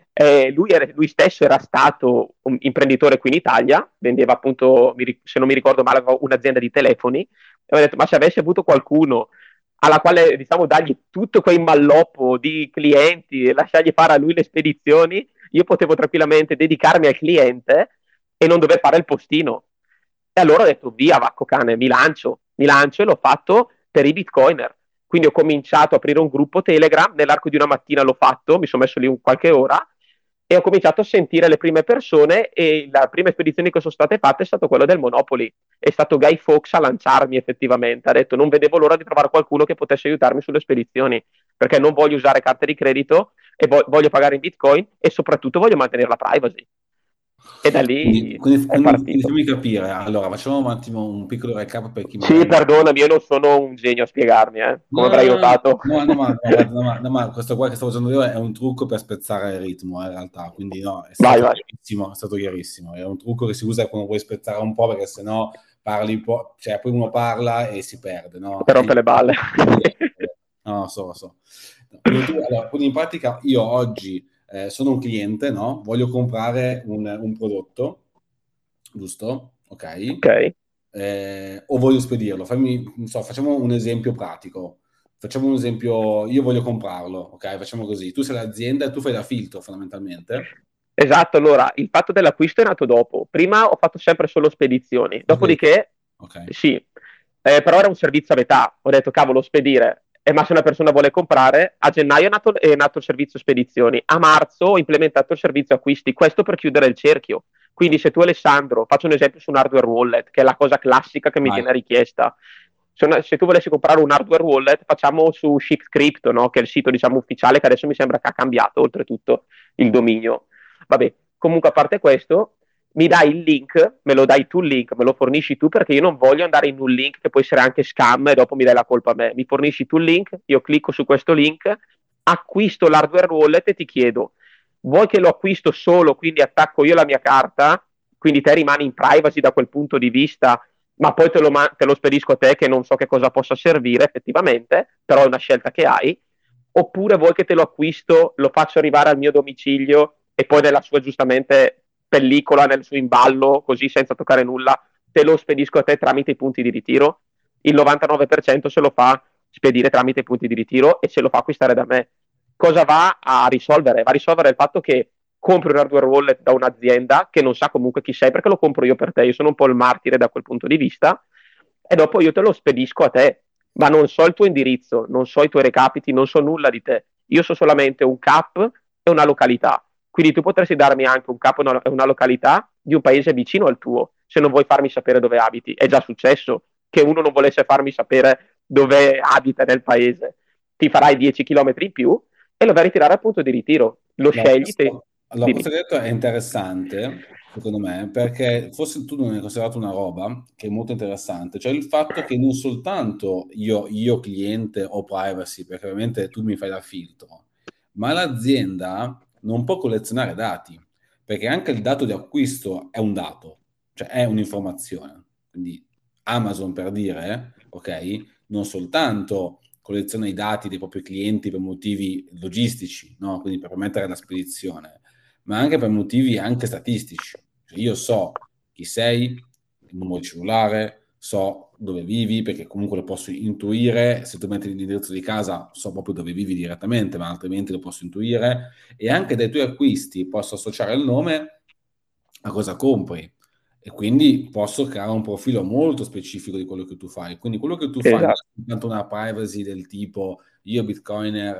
S2: Lui stesso era stato un imprenditore qui in Italia, vendeva appunto, se non mi ricordo male, aveva un'azienda di telefoni, e ho detto, ma se avessi avuto qualcuno alla quale, diciamo, dargli tutto quel malloppo di clienti e lasciargli fare a lui le spedizioni, io potevo tranquillamente dedicarmi al cliente e non dover fare il postino. E allora ho detto, via, vacco cane, mi lancio e l'ho fatto per i bitcoiner. Quindi ho cominciato a aprire un gruppo Telegram, nell'arco di una mattina l'ho fatto, mi sono messo lì qualche ora e ho cominciato a sentire le prime persone e la prima spedizione che sono state fatte è stato quello del Monopoly. È stato Guy Fawkes a lanciarmi effettivamente, ha detto non vedevo l'ora di trovare qualcuno che potesse aiutarmi sulle spedizioni, perché non voglio usare carte di credito e voglio pagare in Bitcoin e soprattutto voglio mantenere la privacy. E da
S1: Quindi,
S2: lì
S1: quindi-
S2: è
S1: quindi
S2: partito.
S1: fammi capire, allora facciamo un attimo un piccolo recap per chi
S2: Sì,
S1: magari...
S2: perdonami, io non sono un genio a spiegarmi, come
S1: No,
S2: avrai
S1: no, no,
S2: notato.
S1: no, no, guarda, no, questo qua che stavo usando io è un trucco per spezzare il ritmo, in realtà, quindi no,
S2: Vai, vai,
S1: è stato chiarissimo, è un trucco che si usa quando vuoi spezzare un po', perché sennò parli un po', cioè poi uno parla e si perde, no?
S2: per rompere le balle.
S1: No, so. Quindi in pratica io oggi sono un cliente, no? Voglio comprare un prodotto, giusto? Ok?
S2: Ok.
S1: O voglio spedirlo. Non so, facciamo un esempio pratico. Facciamo un esempio, io voglio comprarlo, ok? Facciamo così. Tu sei l'azienda e tu fai da filtro fondamentalmente.
S2: Esatto, allora il fatto dell'acquisto è nato dopo. Prima ho fatto sempre solo spedizioni,
S1: Ok,
S2: dopodiché
S1: ok.
S2: sì, però era un servizio a metà. Ho detto, cavolo, spedire. Ma se una persona vuole comprare, a gennaio è nato il servizio spedizioni, a marzo ho implementato il servizio acquisti, questo per chiudere il cerchio. Quindi se tu Alessandro, faccio un esempio su un hardware wallet, che è la cosa classica che mi
S1: Vai.
S2: viene richiesta. Se tu volessi comprare un hardware wallet, facciamo su Shift Crypto, no? Che è il sito diciamo ufficiale che adesso mi sembra che ha cambiato oltretutto il dominio. Vabbè, comunque a parte questo, mi dai il link, me lo dai tu il link, me lo fornisci tu perché io non voglio andare in un link che può essere anche scam e dopo mi dai la colpa a me. Mi fornisci tu il link, io clicco su questo link, acquisto l'hardware wallet e ti chiedo, vuoi che lo acquisto solo, quindi attacco io la mia carta, quindi te rimani in privacy da quel punto di vista, ma poi te lo spedisco a te che non so che cosa possa servire effettivamente, però è una scelta che hai, oppure vuoi che te lo acquisto, lo faccio arrivare al mio domicilio e poi nella sua giustamente pellicola, nel suo imballo, così senza toccare nulla, te lo spedisco a te tramite i punti di ritiro. Il 99% se lo fa spedire tramite i punti di ritiro e se lo fa acquistare da me. Cosa va a risolvere? Va a risolvere il fatto che compri un hardware wallet da un'azienda che non sa comunque chi sei perché lo compro io per te, io sono un po' il martire da quel punto di vista e dopo io te lo spedisco a te, ma non so il tuo indirizzo, non so i tuoi recapiti, non so nulla di te. Io so solamente un CAP e una località. Quindi tu potresti darmi anche un CAP e una località di un paese vicino al tuo, se non vuoi farmi sapere dove abiti. È già successo che uno non volesse farmi sapere dove abita nel paese. Ti farai 10 km in più e lo vai a ritirare al punto di ritiro. Lo
S1: Allora,
S2: scegli te.
S1: questo
S2: Dimmi.
S1: che hai detto è interessante, secondo me, perché forse tu non hai considerato una roba che è molto interessante, cioè il fatto che non soltanto io cliente ho privacy, perché ovviamente tu mi fai da filtro, ma l'azienda non può collezionare dati, perché anche il dato di acquisto è un dato, cioè è un'informazione. Quindi Amazon, per dire, ok, non soltanto colleziona i dati dei propri clienti per motivi logistici, no? Quindi per permettere la spedizione, ma anche per motivi anche statistici. Cioè io so chi sei, il numero di cellulare, so dove vivi, perché comunque lo posso intuire, se tu metti l'indirizzo di casa so proprio dove vivi direttamente, ma altrimenti lo posso intuire, e anche dai tuoi acquisti posso associare il nome a cosa compri e quindi posso creare un profilo molto specifico di quello che tu fai. Quindi quello che tu fai non
S2: Esatto.
S1: è soltanto una privacy del tipo io bitcoiner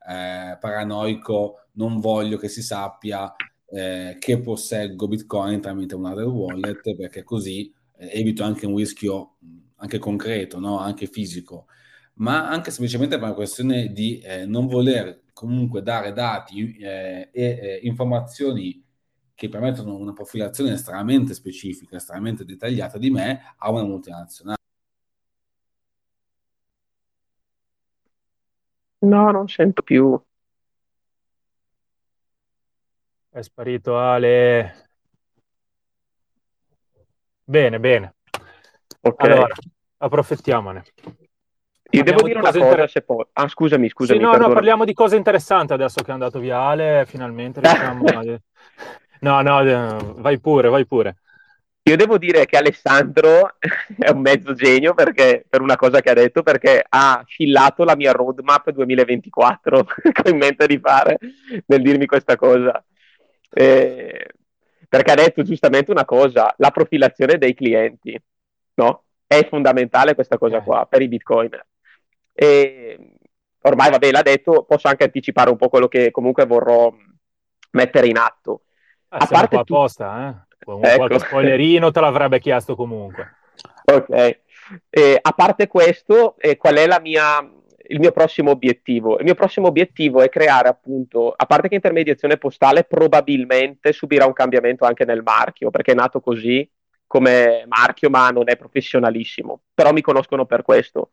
S1: paranoico, non voglio che si sappia che posseggo bitcoin tramite un hardware wallet perché così evito anche un rischio anche concreto, no? Anche fisico, ma anche semplicemente per una questione di non voler comunque dare dati e informazioni che permettono una profilazione estremamente specifica, estremamente dettagliata di me a una multinazionale.
S2: No, non sento più.
S3: È sparito Ale. Bene, bene.
S2: Ok.
S3: Allora, approfittiamone.
S2: Io devo
S3: Parliamo di
S2: dire una
S3: cose
S2: cosa, se poi... Ah, scusami,
S3: Sì,
S2: scusami,
S3: no, no,
S2: perdonami.
S3: parliamo di cose interessanti adesso che è andato via Ale, finalmente riusciamo a... No, no, vai pure, vai pure.
S2: Io devo dire che Alessandro è un mezzo genio perché, per una cosa che ha detto, perché ha fillato la mia roadmap 2024 che ho in mente di fare nel dirmi questa cosa. Eh, perché ha detto giustamente una cosa, la profilazione dei clienti, no? È fondamentale questa cosa
S3: Ok.
S2: qua per i bitcoiner. E ormai, vabbè, l'ha detto, posso anche anticipare un po' quello che comunque vorrò mettere in atto. A
S3: Siamo qua
S2: parte tu,
S3: apposta, eh?
S2: ecco.
S3: Qualche spoilerino te l'avrebbe chiesto comunque.
S2: Ok. A parte questo, qual è il mio prossimo obiettivo? Il mio prossimo obiettivo è creare appunto, a parte che intermediazione postale probabilmente subirà un cambiamento anche nel marchio, perché è nato così come marchio, ma non è professionalissimo, però mi conoscono per questo.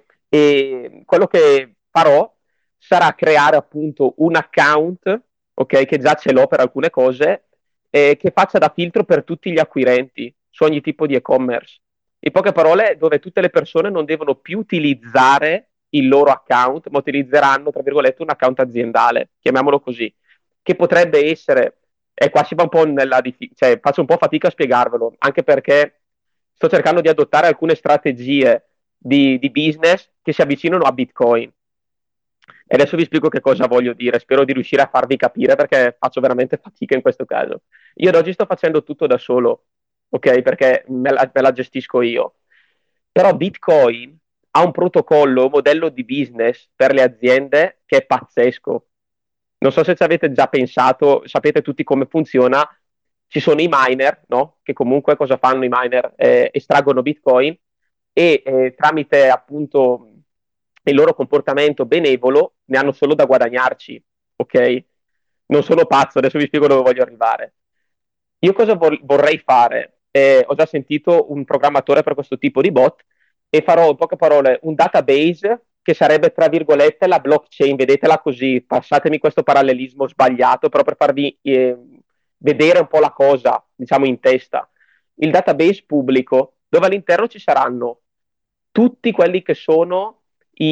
S2: E quello che farò sarà creare appunto un account, ok, che già ce l'ho per alcune cose, che faccia da filtro per tutti gli acquirenti su ogni tipo di e-commerce. In poche parole, dove tutte le persone non devono più utilizzare il loro account, ma utilizzeranno, tra virgolette, un account aziendale, chiamiamolo così, che potrebbe essere, e qua si va un po' cioè faccio un po' fatica a spiegarvelo, anche perché sto cercando di adottare alcune strategie di business che si avvicinano a Bitcoin. E adesso vi spiego che cosa voglio dire, spero di riuscire a farvi capire perché faccio veramente fatica in questo caso. Io ad oggi sto facendo tutto da solo, ok? Perché me la gestisco io. Però Bitcoin ha un protocollo, un modello di business per le aziende che è pazzesco. Non so se ci avete già pensato, sapete tutti come funziona. Ci sono i miner, no? Che comunque cosa fanno i miner? Estraggono Bitcoin e tramite appunto il loro comportamento benevolo ne hanno solo da guadagnarci, ok? Non sono pazzo, adesso vi spiego dove voglio arrivare. Io cosa vorrei fare? Ho già sentito un programmatore per questo tipo di bot e farò in poche parole un database che sarebbe tra virgolette la blockchain, vedetela così, passatemi questo parallelismo sbagliato, però per farvi vedere un po' la cosa, diciamo in testa. Il database pubblico dove all'interno ci saranno tutti quelli che sono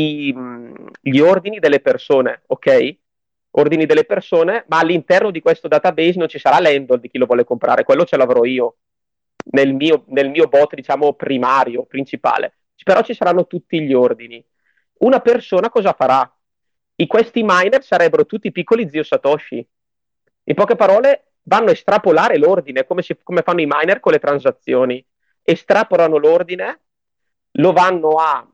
S2: gli ordini delle persone, ok? Ordini delle persone, ma all'interno di questo database non ci sarà l'handle di chi lo vuole comprare, quello ce l'avrò io nel mio bot, diciamo, primario, principale. Però ci saranno tutti gli ordini. Una persona cosa farà? Questi miner sarebbero tutti piccoli zio Satoshi. In poche parole, vanno a estrapolare l'ordine, come fanno i miner con le transazioni. Estrapolano l'ordine, lo vanno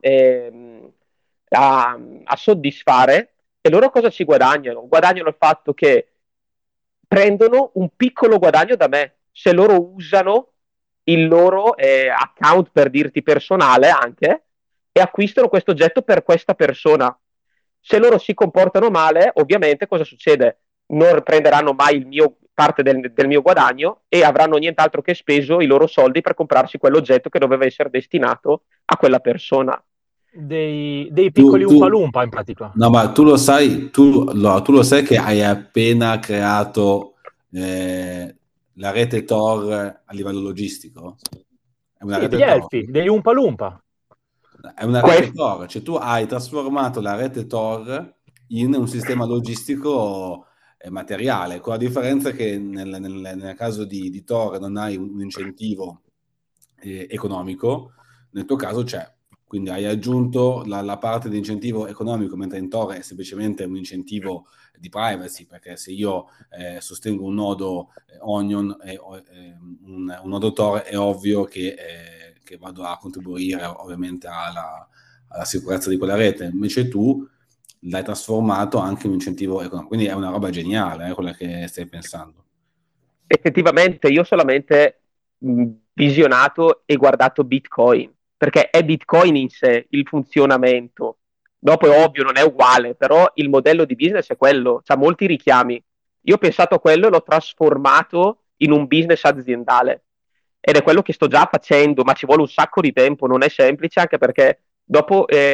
S2: a soddisfare e loro cosa ci guadagnano? Guadagnano il fatto che prendono un piccolo guadagno da me se loro usano il loro account per dirti personale anche e acquistano questo oggetto per questa persona. Se loro si comportano male, ovviamente cosa succede? Non prenderanno mai parte del mio guadagno e avranno nient'altro che speso i loro soldi per comprarsi quell'oggetto che doveva essere destinato a quella persona.
S3: Dei
S1: Tu,
S3: piccoli Umpa
S1: tu,
S3: Lumpa in pratica.
S1: no, ma tu lo sai, tu lo sai che hai appena creato la rete Tor a livello logistico? È una
S3: Sì,
S1: rete
S3: degli
S1: Tor.
S3: elfi, degli Umpa Lumpa.
S1: È una rete
S2: Questo,
S1: Tor, cioè tu hai trasformato la rete Tor in un sistema logistico materiale, con la differenza che nel caso di Tor non hai un incentivo economico, nel tuo caso c'è. Quindi hai aggiunto la parte di incentivo economico, mentre in Tor è semplicemente un incentivo di privacy, perché se io sostengo un nodo Onion e un nodo Tor, è ovvio che vado a contribuire ovviamente alla sicurezza di quella rete. Invece tu l'hai trasformato anche in un incentivo economico. Quindi è una roba geniale, quella che stai pensando.
S2: effettivamente io ho solamente visionato e guardato Bitcoin, perché è Bitcoin in sé il funzionamento. Dopo è ovvio, non è uguale, però il modello di business è quello, ha molti richiami. Io ho pensato a quello e l'ho trasformato in un business aziendale. Ed è quello che sto già facendo, ma ci vuole un sacco di tempo, non è semplice, anche perché dopo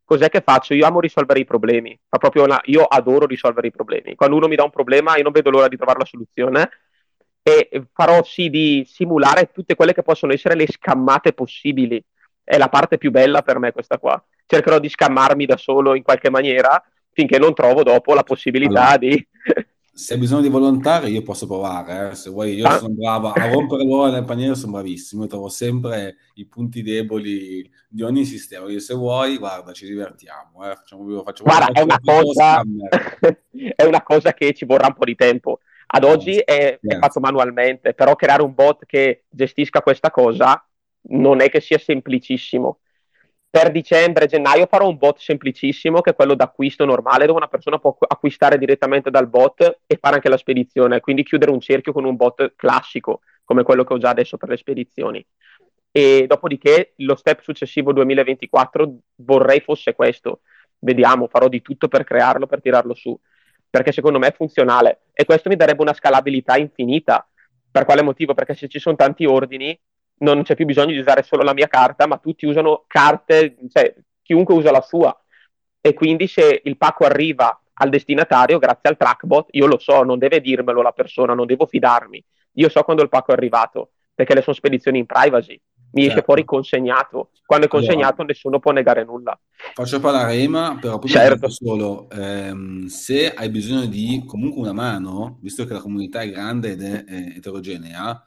S2: cos'è che faccio? Io amo risolvere i problemi, io adoro risolvere i problemi. Quando uno mi dà un problema, io non vedo l'ora di trovare la soluzione e farò sì di simulare tutte quelle che possono essere le scammate possibili. È la parte più bella per me questa qua. Cercherò di scammarmi da solo in qualche maniera finché non trovo dopo la
S1: Allora,
S2: possibilità di...
S1: se hai bisogno di volontari, io posso provare. Se vuoi, io sono bravo a rompere l'uovo nel paniere, sono bravissimo. Io trovo sempre i punti deboli di ogni sistema. Io, se vuoi, guarda, ci divertiamo.
S2: Guarda, è una
S1: faccio lo
S2: cosa,
S1: scammer.
S2: è una cosa che ci vorrà un po' di tempo. Ad oggi è fatto
S1: Grazie.
S2: manualmente, però creare un bot che gestisca questa cosa non è che sia semplicissimo. Per dicembre, gennaio farò un bot semplicissimo che è quello d'acquisto normale, dove una persona può acquistare direttamente dal bot e fare anche la spedizione, quindi chiudere un cerchio con un bot classico, come quello che ho già adesso per le spedizioni. E dopodiché lo step successivo 2024 vorrei fosse questo. Vediamo, farò di tutto per crearlo, per tirarlo su, perché secondo me è funzionale e questo mi darebbe una scalabilità infinita. Per quale motivo? Perché se ci sono tanti ordini non c'è più bisogno di usare solo la mia carta, ma tutti usano carte, cioè chiunque usa la sua. E quindi se il pacco arriva al destinatario grazie al trackbot, io lo so, non deve dirmelo la persona, non devo fidarmi. Io so quando il pacco è arrivato, perché le sono spedizioni in privacy. Mi esce fuori
S1: Certo.
S2: consegnato. Quando è
S1: Allora,
S2: consegnato nessuno può negare nulla.
S1: faccio parlare Ema, però prima ti dico
S2: Certo.
S1: solo, se hai bisogno di comunque una mano, visto che la comunità è grande ed è eterogenea,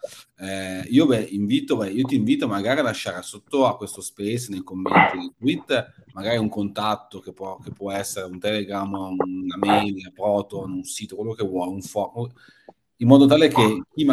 S1: io ti invito magari a lasciare sotto a questo space, nei commenti del tweet, magari un contatto che può essere un Telegram, una mail, una Proton, un sito, quello che vuoi, un forum, in modo tale che chi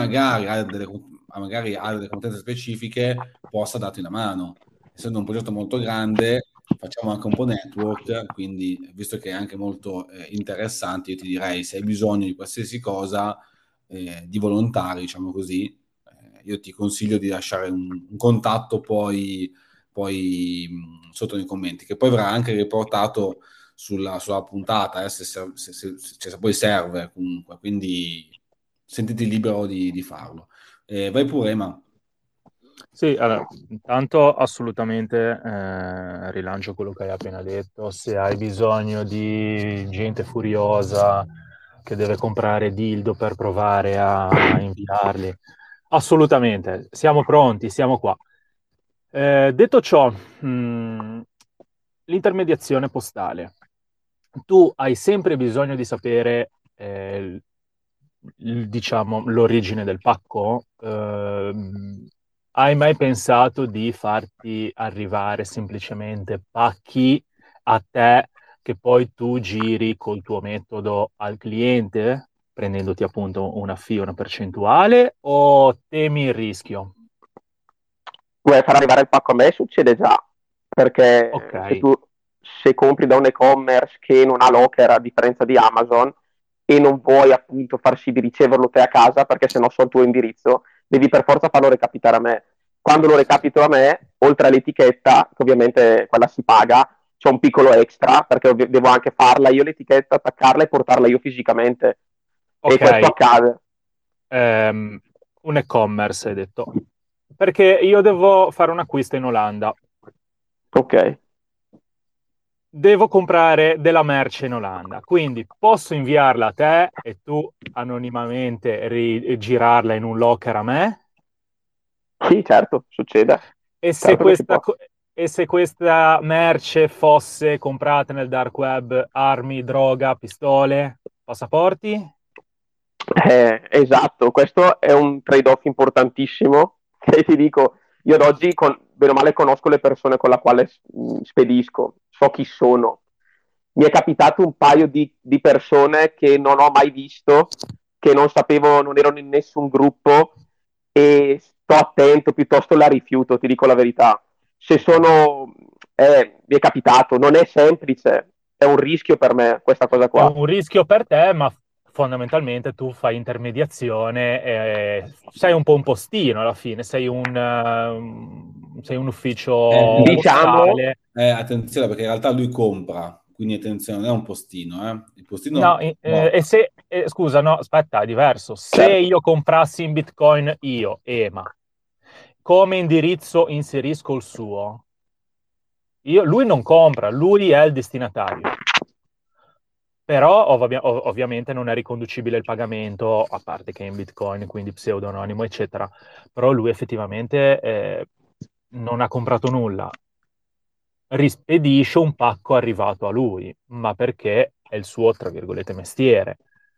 S1: magari ha delle competenze specifiche possa darti una mano. Essendo un progetto molto grande, facciamo anche un po' network, quindi visto che è anche molto interessante, io ti direi, se hai bisogno di qualsiasi cosa, di volontari, diciamo così, io ti consiglio di lasciare un contatto poi sotto nei commenti, che poi verrà anche riportato sulla puntata, se poi serve comunque, quindi sentiti libero di farlo. Vai pure, Ema.
S3: Sì, allora, intanto assolutamente rilancio quello che hai appena detto. Se hai bisogno di gente furiosa che deve comprare dildo per provare a inviarli, assolutamente, siamo pronti, siamo qua. Detto ciò, l'intermediazione postale. Tu hai sempre bisogno di sapere, diciamo, l'origine del pacco? Hai mai pensato di farti arrivare semplicemente pacchi a te che poi tu giri col tuo metodo al cliente, prendendoti appunto una fee, una percentuale, o temi il rischio?
S2: Vuoi far arrivare il pacco a me? Succede già,
S3: Ok.
S2: perché se compri da un e-commerce che non ha locker a differenza di Amazon e non vuoi appunto far sì di riceverlo te a casa perché sennò so il tuo indirizzo, devi per forza farlo recapitare a me. Quando lo recapito a me, oltre all'etichetta, che ovviamente quella si paga, c'è un piccolo extra perché devo anche farla io l'etichetta, attaccarla e portarla io fisicamente. E
S3: Ok,
S2: questo accade.
S3: ehm, un e-commerce hai detto. Perché io devo fare un acquisto in Olanda.
S2: Ok.
S3: Devo comprare della merce in Olanda, quindi posso inviarla a te e tu anonimamente rigirarla in un locker a me?
S2: Sì, certo, succede.
S3: E se
S2: Certo che si
S3: questa,
S2: può.
S3: co- e se questa merce fosse comprata nel dark web, armi, droga, pistole, passaporti?
S2: Esatto, questo è un trade-off importantissimo che ti dico, io ad oggi bene o male conosco le persone con le quali spedisco, so chi sono. Mi è capitato un paio di persone che non ho mai visto, che non sapevo, non erano in nessun gruppo e sto attento, piuttosto la rifiuto, ti dico la verità. Se sono, mi è capitato, non è semplice, è un rischio per me questa cosa
S3: È
S2: qua.
S3: un rischio per te, ma fondamentalmente tu fai intermediazione e sei un po' un postino alla fine, sei un ufficio
S2: Diciamo,
S3: postale.
S1: Attenzione, perché in realtà lui compra, quindi attenzione, non è un postino, eh. Il postino
S3: No, e
S1: porta.
S3: se, scusa, no, aspetta, è diverso. Se
S2: certo,
S3: io comprassi in Bitcoin io, Ema, come indirizzo inserisco il suo? Lui non compra, lui è il destinatario. Però ovviamente non è riconducibile il pagamento, a parte che è in Bitcoin, quindi pseudonimo, eccetera. Però lui effettivamente non ha comprato nulla. Rispedisce un pacco arrivato a lui, ma perché è il suo, tra virgolette, mestiere.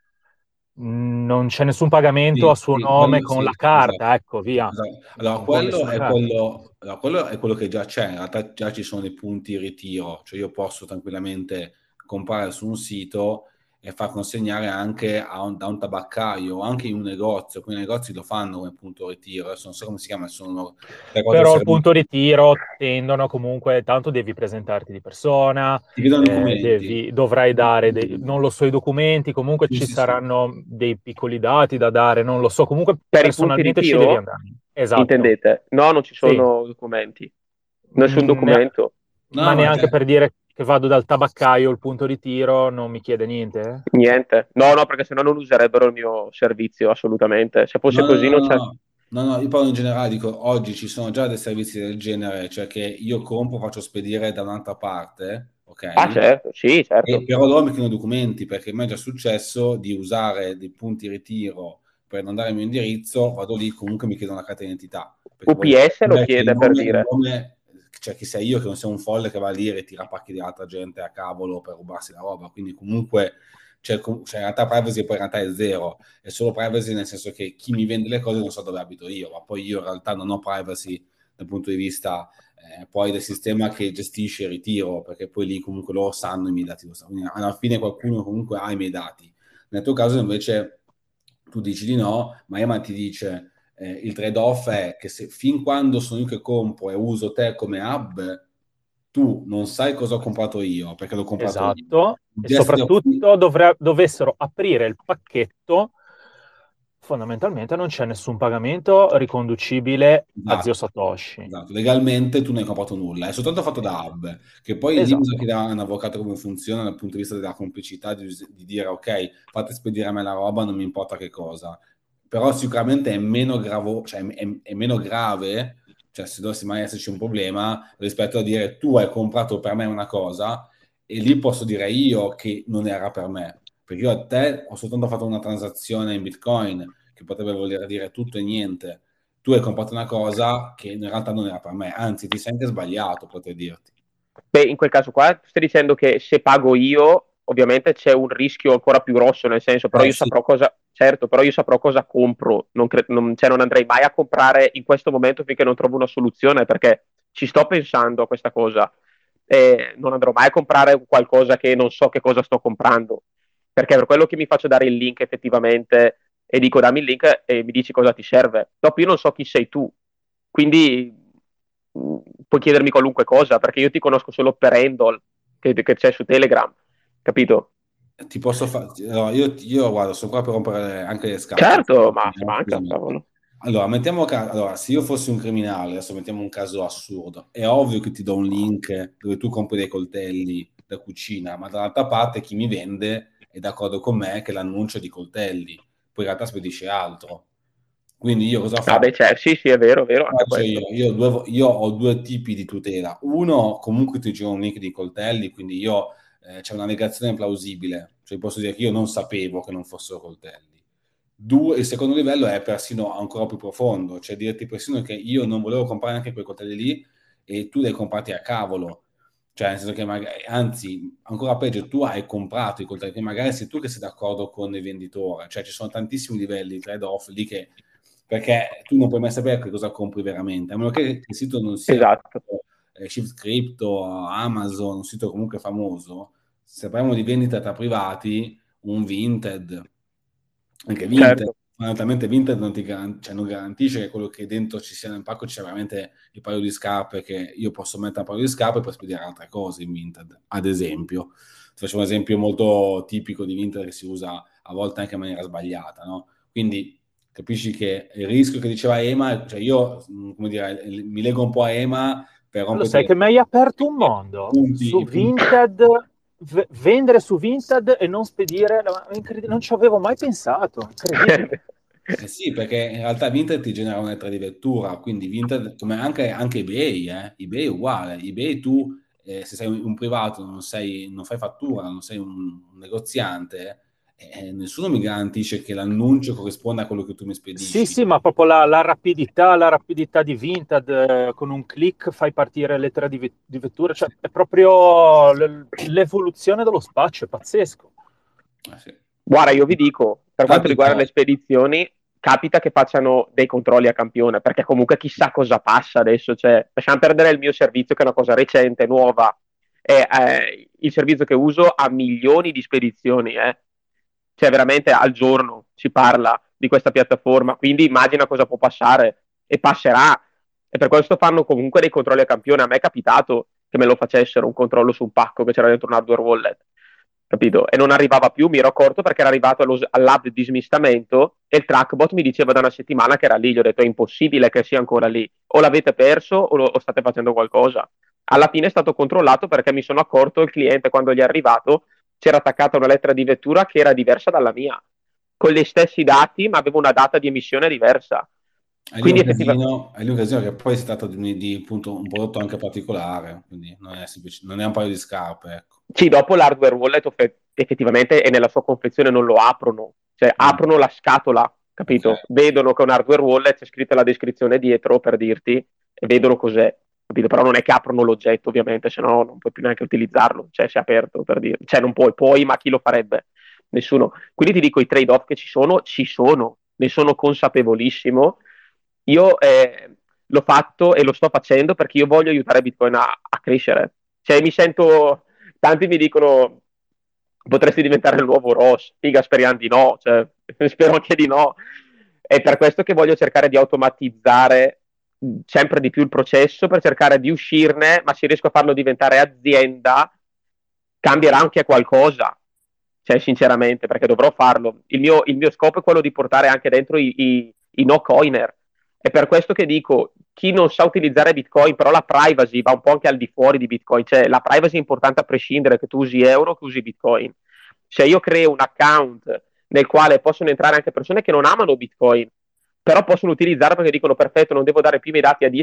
S3: Non c'è nessun pagamento a
S1: Sì,
S3: suo
S1: sì,
S3: nome
S1: quello,
S3: con la
S1: sì, esatto,
S3: carta, ecco, via.
S1: esatto. Allora,
S3: Non con nessuna carta.
S1: quello è quello che già c'è, in realtà già ci sono dei punti ritiro, cioè io posso tranquillamente comprare su un sito e far consegnare anche da un tabaccaio o anche in un negozio, quei negozi lo fanno come punto ritiro, adesso non so come si chiama, sono 3-4
S3: Però il punto
S1: servizi,
S3: ritiro tendono comunque, tanto devi presentarti di persona,
S1: ti vedono i documenti.
S3: dovrai dare, non lo so, i documenti, comunque
S1: Sì,
S3: ci
S1: sì, sì.
S3: saranno dei piccoli dati da dare, non lo so, comunque
S2: Per i punti
S3: personalmente ci devi
S2: ritiro,
S3: andare. Esatto,
S2: intendete? No, non ci
S3: sì.
S2: sono documenti. Nessun
S3: Ne-
S2: documento.
S3: ma
S1: No, ma
S3: neanche
S1: cioè,
S3: per dire che vado dal tabaccaio, il punto ritiro, non mi chiede niente?
S2: Niente. No, no, perché sennò non userebbero il mio servizio, assolutamente. Se fosse
S1: no, no,
S2: così
S1: no,
S2: non
S1: no,
S2: c'è...
S1: no, no, no, io parlo in generale, dico, oggi ci sono già dei servizi del genere, cioè che io compro, faccio spedire da un'altra parte, ok?
S2: Ah, certo, sì,
S1: E
S2: certo.
S1: però loro mi chiedono documenti, perché mi è già successo di usare dei punti ritiro per non dare il mio indirizzo, vado lì, comunque mi chiedono la carta d'identità, perché voglio
S2: UPS lo
S1: sapere che
S2: chiede per
S1: il
S2: dire.
S1: nome, cioè chi sei io, che non sia un folle che va lì e tira pacchi di altra gente a cavolo per rubarsi la roba, quindi comunque, cioè, in realtà privacy poi in realtà è zero, è solo privacy nel senso che chi mi vende le cose non so dove abito io, ma poi io in realtà non ho privacy dal punto di vista poi del sistema che gestisce il ritiro, perché poi lì comunque loro sanno i miei dati, lo sanno. Quindi alla fine qualcuno comunque ha i miei dati. Nel tuo caso invece tu dici di no, ma Ema ti dice il trade-off è che se, fin quando sono io che compro e uso te come hub, tu non sai cosa ho comprato io, perché l'ho comprato io.
S3: Esatto,
S1: Il
S3: e
S1: gesto di
S3: soprattutto dovessero aprire il pacchetto, fondamentalmente non c'è nessun pagamento riconducibile a zio
S1: esatto,
S3: Satoshi.
S1: esatto. Legalmente tu non hai comprato nulla, è soltanto fatto da hub, che poi lì bisogna
S3: Esatto,
S1: chiedere a un avvocato come funziona dal punto di vista della complicità, di dire ok, fate spedire a me la roba, non mi importa che cosa. Però sicuramente è meno cioè è meno grave, cioè se dovesse mai esserci un problema, rispetto a dire tu hai comprato per me una cosa e lì posso dire io che non era per me, perché io a te ho soltanto fatto una transazione in Bitcoin, che potrebbe voler dire tutto e niente. Tu hai comprato una cosa che in realtà non era per me, anzi ti sei anche sbagliato, potrei dirti.
S2: Beh, in quel caso qua stai dicendo che se pago io, ovviamente c'è un rischio ancora più grosso, nel senso, però io
S1: Sì,
S2: saprò cosa, certo, però io saprò cosa compro, cioè non andrei mai a comprare in questo momento finché non trovo una soluzione, perché ci sto pensando a questa cosa. Non andrò mai a comprare qualcosa che non so che cosa sto comprando, perché per quello che mi faccio dare il link effettivamente e dico dammi il link e mi dici cosa ti serve. Dopo io non so chi sei tu, quindi puoi chiedermi qualunque cosa, perché io ti conosco solo per Handle che c'è su Telegram, capito?
S1: ti posso fare... Allora, io guarda, sono qua per rompere anche le scatole.
S2: Certo, ma ci manca,
S1: Scusami.
S2: cavolo.
S1: Allora, allora, se io fossi un criminale, adesso mettiamo un caso assurdo, è ovvio che ti do un link dove tu compri dei coltelli da cucina, ma dall'altra parte chi mi vende è d'accordo con me che l'annuncio è di coltelli, poi in realtà spedisce altro. Quindi io cosa
S2: Ah, beh,
S1: faccio?
S2: sì, sì, è vero, anche
S1: Faccio
S2: questo.
S1: io ho due tipi di tutela. Uno, comunque ti giro un link di coltelli, quindi io c'è una negazione plausibile, cioè posso dire che io non sapevo che non fossero coltelli. Due, il secondo livello è persino ancora più profondo, cioè dirti persino che io non volevo comprare anche quei coltelli lì e tu li hai comprati a cavolo. Cioè, nel senso che magari, anzi, ancora peggio, tu hai comprato i coltelli, che magari sei tu che sei d'accordo con il venditore. Cioè, ci sono tantissimi livelli di trade-off lì che perché tu non puoi mai sapere che cosa compri veramente, a meno che il sito non sia
S2: Esatto,
S1: Shift Crypto, Amazon, un sito comunque famoso. Se parliamo di vendita tra privati, un Vinted, anche Vinted,
S2: certo.
S1: fondamentalmente Vinted non cioè non garantisce che quello che dentro ci sia nel pacco ci sia veramente il paio di scarpe, che io posso mettere un paio di scarpe e poi spedire altre cose in Vinted, ad esempio. Ti faccio un esempio molto tipico di Vinted che si usa a volte anche in maniera sbagliata, no? Quindi capisci che il rischio che diceva Ema, cioè io, come dire, mi leggo un po' a Ema per
S3: Lo
S1: rompere
S3: sai che mi hai aperto un mondo su
S1: i punti.
S3: Vinted, vendere su Vinted e non spedire, non ci avevo mai pensato, incredibile.
S1: Eh sì, perché in realtà Vinted ti genera una lettera di vettura, quindi Vinted, come anche eBay, eBay è uguale, eBay tu se sei un privato, non fai fattura, non sei un negoziante, nessuno mi garantisce che l'annuncio corrisponda a quello che tu mi
S3: Sì,
S1: spedisci.
S3: sì, ma proprio la rapidità di Vinted, con un click fai partire lettera di vettura, cioè è proprio l'evoluzione dello spaccio, è pazzesco.
S1: Sì.
S2: Guarda, io vi dico, per quanto
S1: Tanti
S2: riguarda le
S1: no.
S2: spedizioni, capita che facciano dei controlli a campione, perché comunque chissà cosa passa adesso, cioè, lasciamo perdere il mio servizio che è una cosa recente, nuova, e il servizio che uso ha milioni di spedizioni, cioè veramente al giorno si parla di questa piattaforma, quindi immagina cosa può passare e passerà. E per questo fanno comunque dei controlli a campione. A me è capitato che me lo facessero un controllo su un pacco che c'era dentro un hardware wallet, capito? E non arrivava più, mi ero accorto perché era arrivato all'hub di smistamento e il trackbot mi diceva da una settimana che era lì. Gli ho detto è impossibile che sia ancora lì, o l'avete perso o state facendo qualcosa. Alla fine è stato controllato perché mi sono accorto il cliente quando gli è arrivato c'era attaccata una lettera di vettura che era diversa dalla mia, con gli stessi dati ma aveva una data di emissione diversa. Quindi effettivamente
S1: È lì un casino che poi si tratta di appunto, un prodotto anche particolare, quindi non è un paio di scarpe, ecco.
S2: sì, dopo l'hardware wallet effettivamente e nella sua confezione non lo aprono, cioè
S1: Mm.
S2: aprono la scatola,
S1: Ok.
S2: capito? Vedono che è un hardware wallet, c'è scritta la descrizione dietro per dirti e vedono cos'è, capito? Però non è che aprono l'oggetto ovviamente, se no non puoi più neanche utilizzarlo, cioè si è aperto per dire, cioè non puoi, ma chi lo farebbe? Nessuno. Quindi ti dico, i trade-off che ci sono, ne sono consapevolissimo. Io l'ho fatto e lo sto facendo perché io voglio aiutare Bitcoin a crescere. Cioè mi sento tanti mi dicono potresti diventare il nuovo Ross, figa, speriamo di no, cioè, spero anche di no. È per questo che voglio cercare di automatizzare sempre di più il processo per cercare di uscirne, ma se riesco a farlo diventare azienda, cambierà anche qualcosa, cioè sinceramente, perché dovrò farlo. Il mio scopo è quello di portare anche dentro i no coiner. È per questo che dico, chi non sa utilizzare Bitcoin, però la privacy va un po' anche al di fuori di Bitcoin, cioè la privacy è importante a prescindere che tu usi euro o che usi Bitcoin. Se io creo un account nel quale possono entrare anche persone che non amano Bitcoin, però possono utilizzarlo perché dicono perfetto, non devo dare più i miei dati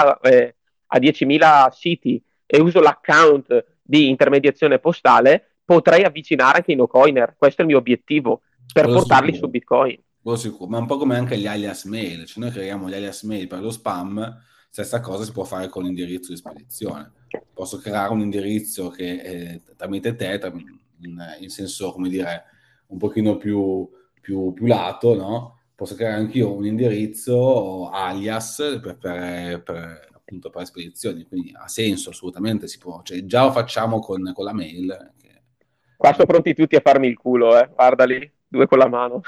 S2: a 10.000 siti e uso l'account di intermediazione postale, potrei avvicinare anche i no coiner. Questo è il mio obiettivo, per
S1: Quello
S2: portarli su
S1: sicuro.
S2: Bitcoin.
S1: Quello sicuro, ma un po' come anche gli alias mail, cioè noi creiamo gli alias mail per lo spam, stessa cosa si può fare con l'indirizzo di spedizione. Posso creare un indirizzo che tramite te, in senso, come dire, un pochino più lato, no? Posso creare anch'io un indirizzo alias appunto per spedizioni, quindi ha senso assolutamente, si può, cioè già lo facciamo con la mail.
S2: Qua sono pronti tutti a farmi il culo, guarda lì, due con la mano.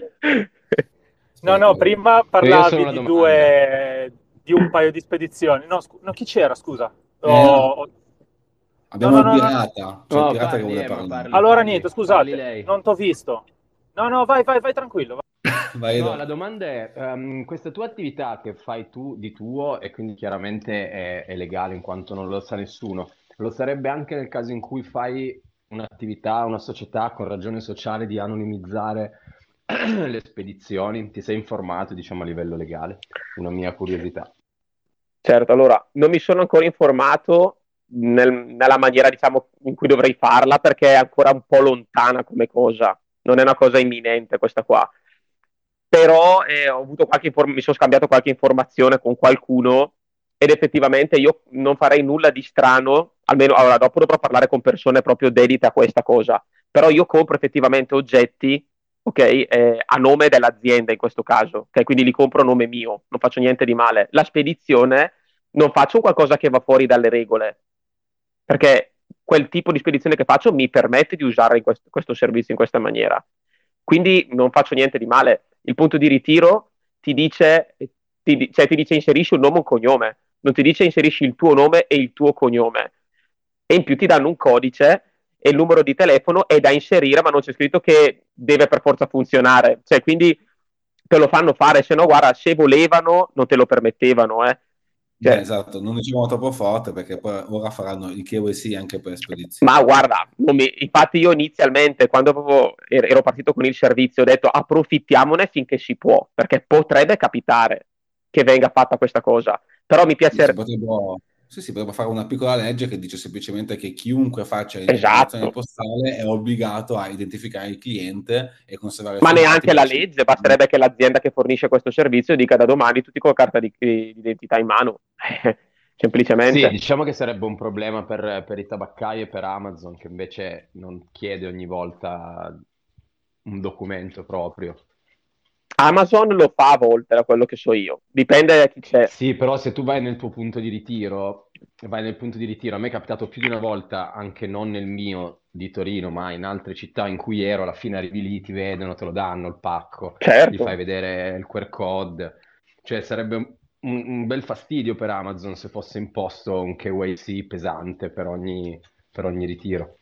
S3: No, prima
S4: Io ho solo
S3: parlavi
S4: una domanda.
S3: di un paio di spedizioni. No, no, chi c'era, scusa?
S1: No,
S3: No,
S1: abbiamo
S3: no,
S1: il
S3: no, no.
S1: pirata, c'è il
S4: No,
S1: pirata che
S4: parli
S1: vuole
S4: Emma,
S1: parlare.
S3: Allora niente,
S4: parli
S3: scusate,
S4: lei.
S3: non t'ho visto. No, vai tranquillo.
S1: Vai,
S4: No, la domanda è, questa tua attività che fai tu di tuo e quindi chiaramente è legale in quanto non lo sa nessuno, lo sarebbe anche nel caso in cui fai un'attività, una società con ragione sociale di anonimizzare le spedizioni? Ti sei informato, diciamo, a livello legale? Una mia curiosità.
S2: Certo, allora, non mi sono ancora informato nella maniera, diciamo, in cui dovrei farla perché è ancora un po' lontana come cosa, non è una cosa imminente questa qua. Però ho avuto mi sono scambiato qualche informazione con qualcuno ed effettivamente io non farei nulla di strano, almeno allora dopo dovrò parlare con persone proprio dedite a questa cosa, però io compro effettivamente oggetti, ok, a nome dell'azienda in questo caso, ok, quindi li compro a nome mio, non faccio niente di male. La spedizione non faccio qualcosa che va fuori dalle regole, perché quel tipo di spedizione che faccio mi permette di usare questo servizio in questa maniera. Quindi non faccio niente di male. Il punto di ritiro ti dice inserisci un nome e un cognome, non ti dice inserisci il tuo nome e il tuo cognome. E in più ti danno un codice e il numero di telefono è da inserire, ma non c'è scritto che deve per forza funzionare. Cioè, quindi te lo fanno fare, se no, guarda, se volevano non te lo permettevano, eh. Cioè,
S1: Esatto, non diciamo troppo forte perché poi ora faranno il KYC anche per
S2: ma
S1: spedizione.
S2: guarda, infatti io inizialmente, quando proprio ero partito con il servizio, ho detto approfittiamone finché si può, perché potrebbe capitare che venga fatta questa cosa. Però mi
S1: Sì,
S2: piace,
S1: Sì, potrebbe fare una piccola legge che dice semplicemente che chiunque faccia intermediazione
S2: Esatto.
S1: postale è obbligato a identificare il cliente e conservare i
S2: Ma
S1: suoi dati
S2: neanche
S1: per
S2: la
S1: 5
S2: legge,
S1: anni.
S2: basterebbe che l'azienda che fornisce questo servizio dica da domani tutti con la carta di identità in mano.
S4: Sì,
S2: Semplicemente.
S4: diciamo che sarebbe un problema per i tabaccai e per Amazon, che invece non chiede ogni volta un documento proprio.
S2: Amazon lo fa a volte, da quello che so io. Dipende da chi c'è.
S4: Sì, però se tu vai nel tuo punto di ritiro, vai nel punto di ritiro, a me è capitato più di una volta, anche non nel mio di Torino, ma in altre città in cui ero, alla fine arrivi lì, ti vedono, te lo danno il pacco, gli
S2: Certo.
S4: fai vedere il QR code. Cioè sarebbe un bel fastidio per Amazon se fosse imposto un KYC pesante per ogni ritiro.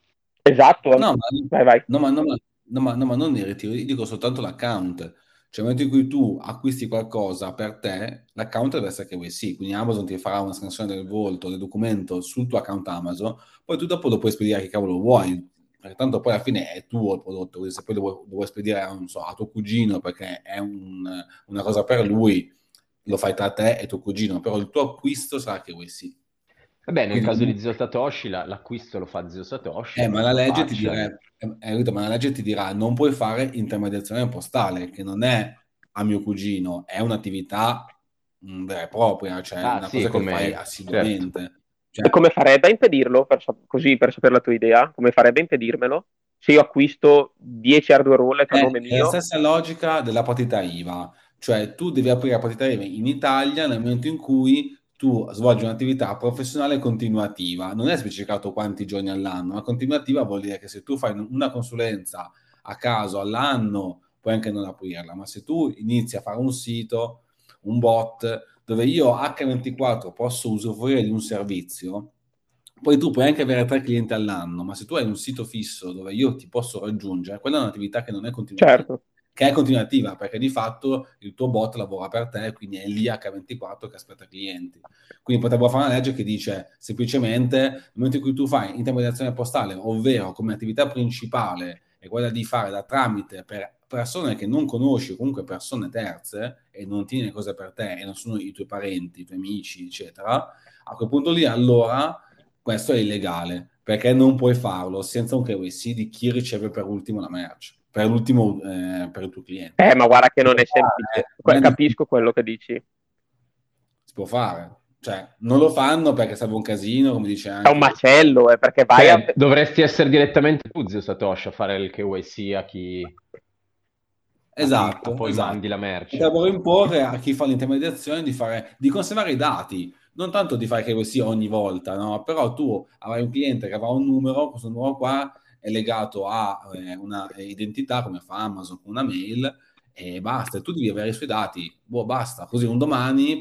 S2: Esatto.
S1: No, ma,
S2: Vai, vai.
S1: no, ma, no, ma, no, ma non il ritiro, io dico soltanto l'account. Cioè, nel momento in cui tu acquisti qualcosa per te, l'account deve essere KYC, quindi Amazon ti farà una scansione del volto, del documento sul tuo account Amazon, poi tu dopo lo puoi spedire a chi cavolo vuoi, perché tanto poi alla fine è tuo il prodotto, quindi se poi lo vuoi spedire non so, a tuo cugino perché è una cosa per lui, lo fai tra te e tuo cugino, però il tuo acquisto sarà KYC.
S4: Vabbè, nel
S1: Quindi
S4: caso di Zio Satoshi, l'acquisto lo fa Zio Satoshi,
S1: ma
S4: cosa
S1: la
S4: lo
S1: legge ti
S4: faccia.
S1: dirà, capito? Ma la legge ti dirà non puoi fare intermediazione postale, che non è a mio cugino, è un'attività vera e propria, cioè
S4: Ah,
S1: una
S4: sì,
S1: cosa che fai
S4: come... Certo.
S1: assiduamente.
S2: E
S1: Cioè,
S2: come farebbe a impedirlo? Così, per sapere la tua idea, come farebbe a impedirmelo? Se io acquisto 10 hardware wallet a nome
S1: è la
S2: mio,
S1: stessa logica della partita IVA, cioè tu devi aprire la partita IVA in Italia nel momento in cui tu svolgi un'attività professionale continuativa. Non è specificato quanti giorni all'anno, ma continuativa vuol dire che se tu fai una consulenza a caso all'anno puoi anche non aprirla, ma se tu inizi a fare un sito, un bot, dove io H24 posso usufruire di un servizio, poi tu puoi anche avere 3 clienti all'anno, ma se tu hai un sito fisso dove io ti posso raggiungere, quella è un'attività che non è continuativa,
S2: certo.
S1: che è continuativa perché di fatto il tuo bot lavora per te, quindi è lì H24 che aspetta clienti. Quindi potremmo fare una legge che dice semplicemente nel momento in cui tu fai intermediazione postale, ovvero come attività principale è quella di fare da tramite per persone che non conosci, o comunque persone terze, e non tieni le cose per te e non sono i tuoi parenti, i tuoi amici, eccetera, a quel punto lì allora questo è illegale, perché non puoi farlo senza un KYC di chi riceve per ultimo la merce, per l'ultimo, per il tuo cliente.
S2: Ma guarda che
S1: Si
S2: non
S1: può
S2: è
S1: fare,
S2: semplice.
S1: non è
S2: Capisco
S1: difficile,
S2: quello che dici.
S1: si può fare. Cioè, non lo fanno perché sarebbe un casino, come dice
S2: È un
S1: anche
S2: macello, perché vai a...
S4: Cioè, dovresti essere direttamente tu, Zio Satoshi, a fare il KYC a chi
S1: esatto,
S4: poi mandi
S1: esatto.
S4: la merce.
S1: Potrebbero imporre a chi fa l'intermediazione di conservare i dati, non tanto di fare KYC ogni volta, no? Però tu avrai un cliente che avrà un numero, questo numero qua è legato a una identità come fa Amazon con una mail e basta, e tu devi avere i suoi dati, boh, basta, così un domani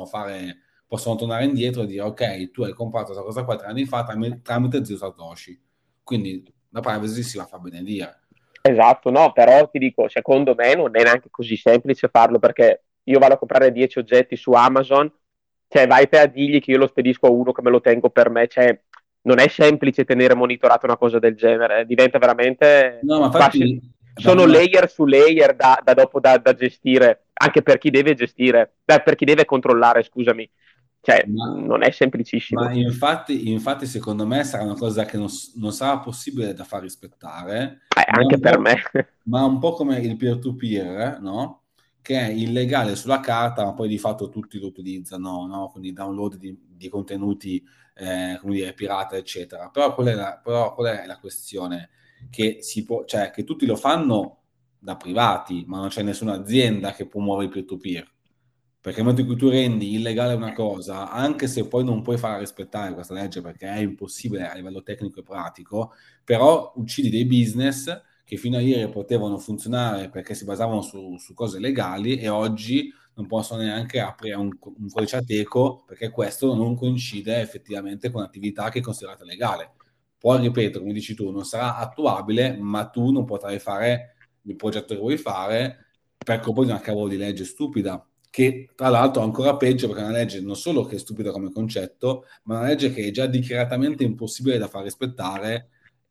S1: possono tornare indietro e dire ok, tu hai comprato questa cosa qua 3 anni fa tramite Zio Satoshi, quindi la privacy si va a far benedire.
S2: Esatto, no, però ti dico, secondo me non è neanche così semplice farlo perché io vado a comprare 10 oggetti su Amazon, cioè vai te a dirgli che io lo spedisco a uno che me lo tengo per me, cioè non è semplice tenere monitorata una cosa del genere, diventa veramente
S1: No, ma
S2: quasi...
S1: infatti,
S2: Sono layer su layer da gestire, anche per chi deve gestire, per chi deve controllare, scusami, cioè
S1: ma-
S2: non è
S1: ma
S2: semplicissimo.
S1: infatti, secondo me sarà una cosa che non sarà possibile da far rispettare,
S2: Anche per me.
S1: ma un po' come il peer-to-peer, no? Che è illegale sulla carta, ma poi di fatto tutti lo utilizzano, no? Quindi download di contenuti, come dire, pirata, eccetera. Però qual è la questione? Che cioè, che tutti lo fanno da privati, ma non c'è nessuna azienda che promuove il peer-to-peer. Perché nel momento in cui tu rendi illegale una cosa, anche se poi non puoi far rispettare questa legge perché è impossibile a livello tecnico e pratico, però uccidi dei business che fino a ieri potevano funzionare perché si basavano su cose legali e oggi non possono neanche aprire un codice Ateco perché questo non coincide effettivamente con attività che è considerata legale. Poi, ripeto, come dici tu, non sarà attuabile, ma tu non potrai fare il progetto che vuoi fare per colpa di una cavolo di legge stupida, che tra l'altro è ancora peggio perché è una legge non solo che è stupida come concetto, ma una legge che è già dichiaratamente impossibile da far rispettare,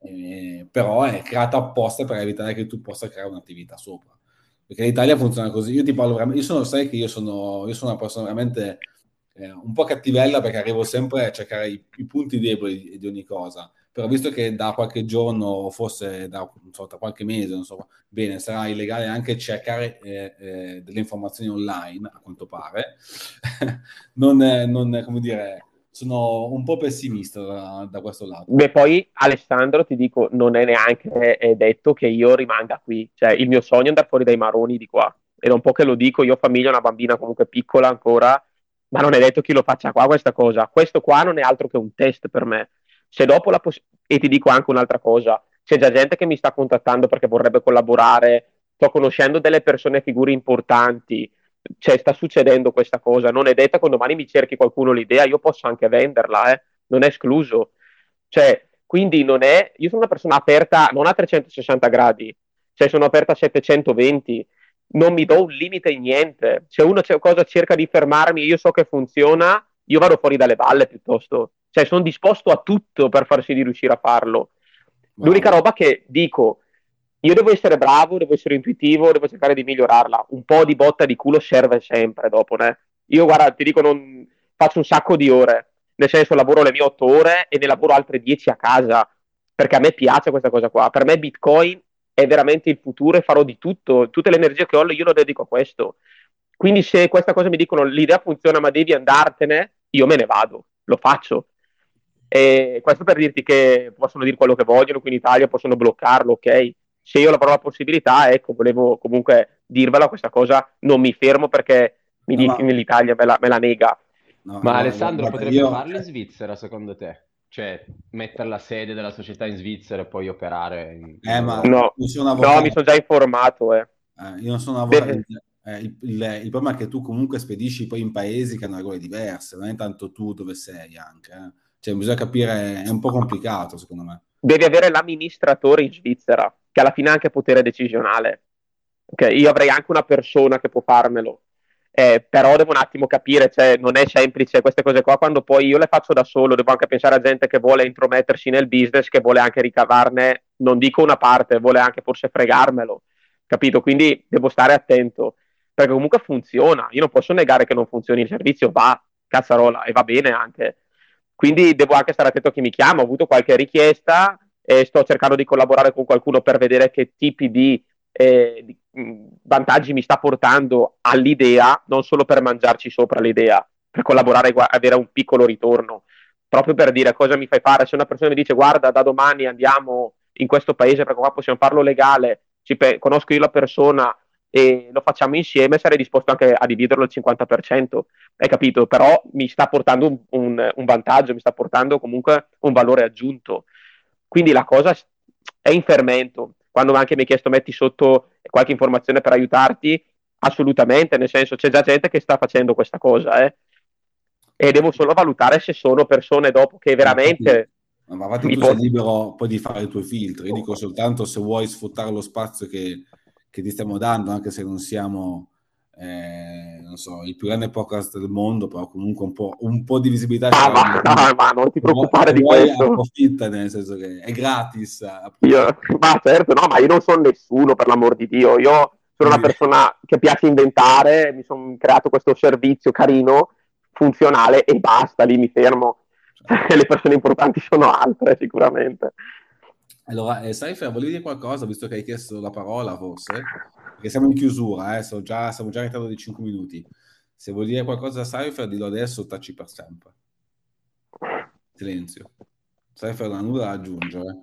S1: però è creata apposta per evitare che tu possa creare un'attività sopra. Perché l'Italia funziona così. Io ti parlo veramente, sai che io sono una persona veramente un po' cattivella perché arrivo sempre a cercare i punti deboli di ogni cosa. Però visto che da qualche giorno, o forse non so, da qualche mese, non so, bene, sarà illegale anche cercare delle informazioni online, a quanto pare, come dire, sono un po' pessimista da questo lato.
S2: Beh, poi Alessandro, ti dico, non è neanche detto che io rimanga qui. Cioè, il mio sogno è andare fuori dai maroni di qua. E da un po' che lo dico, io ho famiglia, una bambina comunque piccola ancora, ma non è detto che lo faccia qua questa cosa. Questo qua non è altro che un test per me. Se dopo e ti dico anche un'altra cosa, c'è già gente che mi sta contattando perché vorrebbe collaborare, sto conoscendo delle persone, figure importanti, cioè sta succedendo questa cosa. Non è detta che domani mi cerchi qualcuno l'idea, io posso anche venderla, non è escluso. Cioè, quindi non è, io sono una persona aperta non a 360 gradi, cioè sono aperta a 720, non mi do un limite in niente. Se uno c'è cosa cerca di fermarmi e io so che funziona, io vado fuori dalle balle piuttosto. Cioè, sono disposto a tutto per far sì di riuscire a farlo.
S1: Wow.
S2: L'unica roba che dico, io devo essere bravo, devo essere intuitivo, devo cercare di migliorarla. Un po' di botta di culo serve sempre dopo, né? Io, guarda, ti dico, non faccio un sacco di ore, nel senso lavoro le mie 8 ore e ne lavoro altre 10 a casa, perché a me piace questa cosa qua. Per me Bitcoin è veramente il futuro e farò di tutto. Tutte le energie che ho io lo dedico a questo. Quindi se questa cosa mi dicono l'idea funziona ma devi andartene, io me ne vado, lo faccio. E questo per dirti che possono dire quello che vogliono qui in Italia, possono bloccarlo, ok? Se io avrò la possibilità, ecco, volevo comunque dirvela questa cosa, non mi fermo perché mi dici nell'Italia me la nega.
S1: No,
S4: Ma
S1: allora,
S4: Alessandro
S1: guarda,
S4: potrebbe farlo in Svizzera, secondo te? Cioè, mettere la sede della società in Svizzera e poi operare in
S1: ma
S4: Europa?
S2: No,
S1: io sono
S2: no, mi
S1: avvocato.
S2: sono già informato.
S1: Io non sono avvocato.
S2: Deve-
S1: Il problema è che tu comunque spedisci poi in paesi che hanno regole diverse, non è tanto tu dove sei anche. Cioè, bisogna capire, è un po' complicato secondo me.
S2: Devi avere l'amministratore in Svizzera, che alla fine ha anche potere decisionale. Ok, io avrei anche una persona che può farmelo, però devo un attimo capire, cioè, non è semplice queste cose qua, quando poi io le faccio da solo, devo anche pensare a gente che vuole intromettersi nel business, che vuole anche ricavarne, non dico una parte, vuole anche forse fregarmelo, capito? Quindi devo stare attento, perché comunque funziona, io non posso negare che non funzioni il servizio, va, cazzarola, e va bene anche. Quindi devo anche stare attento a chi mi chiama, ho avuto qualche richiesta e sto cercando di collaborare con qualcuno per vedere che tipi di vantaggi mi sta portando all'idea, non solo per mangiarci sopra l'idea, per collaborare e avere un piccolo ritorno, proprio per dire cosa mi fai fare. Se una persona mi dice guarda, da domani andiamo in questo paese perché qua possiamo farlo legale, conosco io la persona e lo facciamo insieme, sarei disposto anche a dividerlo al 50%, hai capito? Però mi sta portando un vantaggio, mi sta portando comunque un valore aggiunto. Quindi la cosa è in fermento. Quando anche mi hai chiesto metti sotto qualche informazione per aiutarti, assolutamente, nel senso c'è già gente che sta facendo questa cosa, e devo solo valutare se sono persone dopo che veramente
S1: ma infatti tu sei libero poi di fare i tuoi filtri. Io dico soltanto se vuoi sfruttare lo spazio che ti stiamo dando, anche se non siamo non so, il più grande podcast del mondo, però comunque un po' di visibilità ce l'abbiamo.
S2: Ma non ti preoccupare di
S1: vuoi,
S2: questo.
S1: approfitta, nel senso che è gratis.
S2: Ma certo, no, ma io non sono nessuno, per l'amor di Dio. Io sono una persona che piace inventare, mi sono creato questo servizio carino, funzionale e basta, lì mi fermo. Le persone importanti sono altre, sicuramente.
S1: Allora, Saifer, volevi dire qualcosa, visto che hai chiesto la parola, forse? Perché siamo in chiusura, siamo già in ritardo di 5 minuti. Se vuoi dire qualcosa a Saifer, dillo adesso o taci per sempre. Silenzio. Saifer non ha nulla da aggiungere.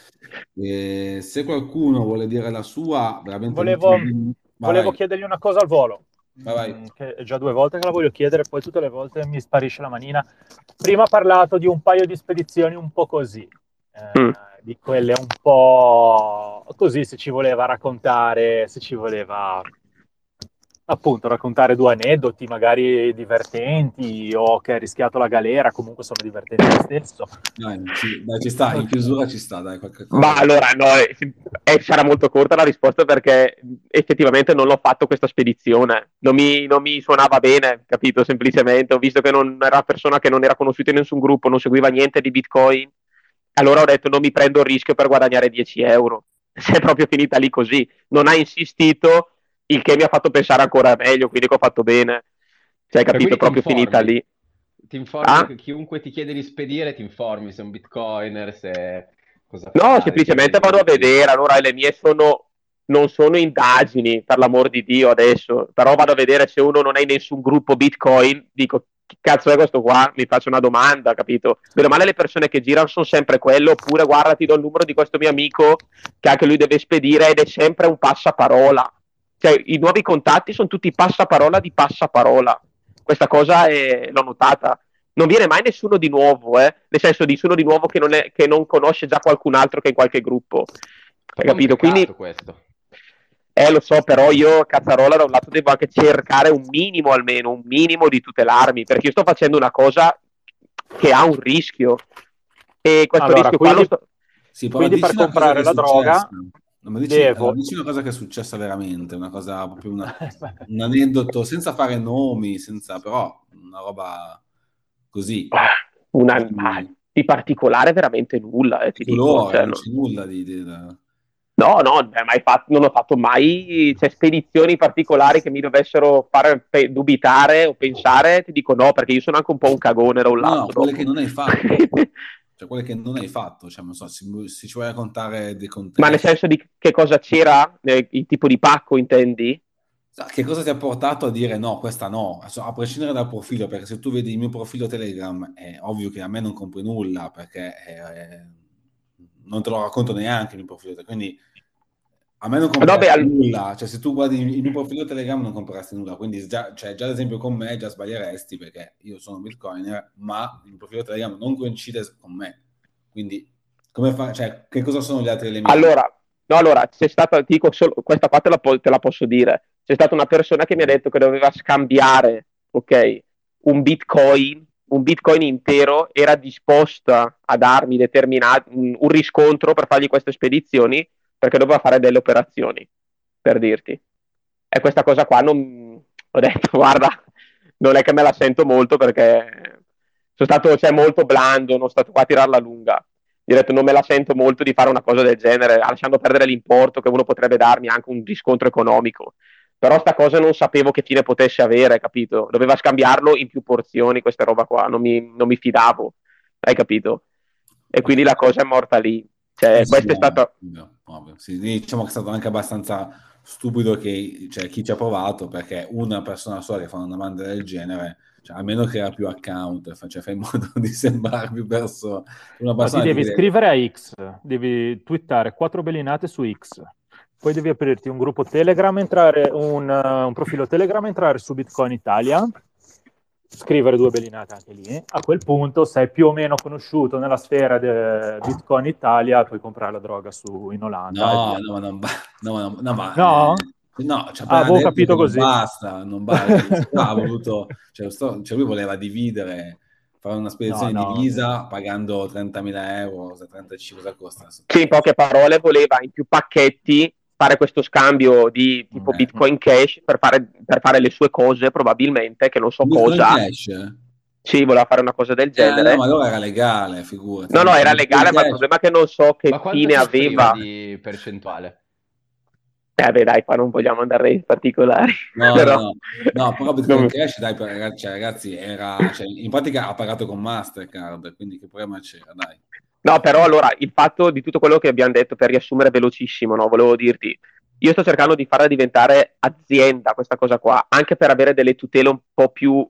S1: Se qualcuno vuole dire la sua, veramente...
S3: Volevo chiedergli una cosa al volo.
S1: Vai.
S3: Che è già 2 volte che la voglio chiedere, poi tutte le volte mi sparisce la manina. Prima ha parlato di un paio di spedizioni un po' così, di quelle un po' così, se ci voleva raccontare, se ci voleva appunto raccontare 2 aneddoti magari divertenti o che ha rischiato la galera, comunque sono divertenti lo stesso.
S1: Dai, ci sta, in chiusura ci sta, dai, qualche cosa.
S2: Ma allora, no, sarà molto corta la risposta perché effettivamente non l'ho fatto questa spedizione, non mi suonava bene, capito? Semplicemente, ho visto che non era una persona che non era conosciuta in nessun gruppo, non seguiva niente di Bitcoin, allora ho detto non mi prendo il rischio per guadagnare 10 euro, se è proprio finita lì così, non ha insistito, il che mi ha fatto pensare ancora meglio, quindi che ho fatto bene, cioè, capito? È proprio finita lì.
S4: ti informi, chiunque ti chiede di spedire, ti informi se è un bitcoiner, se cosa
S2: No,
S4: fa,
S2: semplicemente vado a vedere, allora le mie non sono indagini, per l'amor di Dio adesso, però vado a vedere se uno non è in nessun gruppo Bitcoin, dico, chi cazzo è questo qua? Mi faccio una domanda, capito? Meno male le persone che girano sono sempre quelle, oppure guarda, ti do il numero di questo mio amico che anche lui deve spedire ed è sempre un passaparola. Cioè, i nuovi contatti sono tutti passaparola di passaparola. Questa cosa l'ho notata. Non viene mai nessuno di nuovo, nel senso nessuno di nuovo che non conosce già qualcun altro che è in qualche gruppo. Hai
S4: È un
S2: capito? Quindi,
S4: peccato questo.
S2: lo so, però io, cazzarola, da un lato devo anche cercare un minimo almeno, un minimo di tutelarmi, perché io sto facendo una cosa che ha un rischio. E questo
S3: Allora,
S2: rischio qua lo sto...
S1: Sì, però
S3: quindi
S1: dici
S3: per
S1: una cosa che
S3: comprare
S1: è
S3: la droga
S1: successa. No, ma
S3: devo...
S1: allora, dici una cosa che è successa veramente, una cosa proprio un aneddoto, senza fare nomi, senza però una roba così. Di,
S2: Di particolare veramente nulla,
S1: di
S2: ti dico.
S1: colore,
S2: Cioè,
S1: non c'è nulla
S2: no, no, non ho fatto mai spedizioni particolari che mi dovessero fare dubitare o pensare, ti dico no, perché io sono anche un po' un cagone da un
S1: No, no,
S2: lato
S1: quelle che
S2: dopo.
S1: non hai fatto. Cioè quelle che non hai fatto, cioè, non so, se ci vuoi raccontare dei
S2: Ma nel
S1: contesti.
S2: senso di che cosa c'era, il tipo di pacco, intendi?
S1: Che cosa ti ha portato a dire no, questa no? A prescindere dal profilo, perché se tu vedi il mio profilo Telegram è ovvio che a me non compri nulla, perché non te lo racconto neanche il mio profilo Telegram, quindi a me non
S2: No, beh,
S1: compreresti nulla, cioè se tu guardi il mio profilo Telegram non compreresti nulla, quindi già, cioè, già ad esempio con me già sbaglieresti perché io sono un bitcoiner, ma il mio profilo Telegram non coincide con me, quindi come fa, cioè, che cosa sono gli altri elementi?
S2: allora, no, allora, c'è stata, ti dico solo, questa qua te la posso dire. C'è stata una persona che mi ha detto che doveva scambiare, ok, un bitcoin intero, era disposta a darmi un riscontro per fargli queste spedizioni perché doveva fare delle operazioni, per dirti. E questa cosa qua ho detto, guarda, non è che me la sento molto perché sono stato, cioè, molto blando, non sono stato qua a tirarla lunga. Gli ho detto non me la sento molto di fare una cosa del genere, lasciando perdere l'importo che uno potrebbe darmi anche un riscontro economico. Però sta cosa non sapevo che fine potesse avere, capito? Doveva scambiarlo in più porzioni, questa roba qua, non mi fidavo, hai capito? E quindi la cosa è morta lì. Cioè,
S1: Sì,
S2: questa è stata...
S1: ovvio, ovvio. Sì, diciamo che è stato anche abbastanza stupido che, cioè, chi ci ha provato, perché una persona sola che fa una domanda del genere, cioè, a meno che ha più account, cioè, fai in modo di sembrare più persona. Una
S3: No, ti
S1: persona ti
S3: devi
S1: chiede,
S3: iscrivere a X, devi twittare 4 bellinate su X, poi devi aprirti un gruppo Telegram, un profilo Telegram, entrare su Bitcoin Italia, scrivere 2 bellinate anche lì. A quel punto sei più o meno conosciuto nella sfera di Bitcoin Italia, puoi comprare la droga in Olanda e
S1: no,
S3: via.
S1: no, ma non no, ma
S3: No?
S1: no, ci ha
S3: Ah,
S1: appena
S3: avevo
S1: detto che
S3: capito
S1: non
S3: così.
S1: basta, non basta. Ha voluto, cioè, lui voleva dividere, fare una
S3: No,
S1: spedizione
S3: no.
S1: divisa pagando 30.000 euro, 35, cosa costa?
S2: Sì, in poche parole voleva in più pacchetti fare questo scambio di tipo Bitcoin Cash per fare le sue cose, probabilmente, che non so
S1: Bitcoin
S2: cosa.
S1: Cash?
S2: Sì, voleva fare una cosa del
S1: No, ma
S2: genere.
S1: allora era legale, figurati.
S2: No, no, era
S1: Bitcoin
S2: legale, ma il
S1: Cash.
S2: problema è che non so
S4: Ma
S2: che
S4: quanto
S2: fine
S4: ti offriva
S2: aveva.
S4: di percentuale?
S2: Beh, dai, qua non vogliamo andare nei particolari,
S1: No, no,
S2: però...
S1: no. No, però Bitcoin
S2: non-
S1: Cash, dai, cioè, ragazzi, era, cioè, in pratica ha pagato con Mastercard, quindi che problema c'era, dai.
S2: No, però allora, il fatto di tutto quello che abbiamo detto, per riassumere velocissimo, no, volevo dirti, io sto cercando di farla diventare azienda questa cosa qua, anche per avere delle tutele un po' più,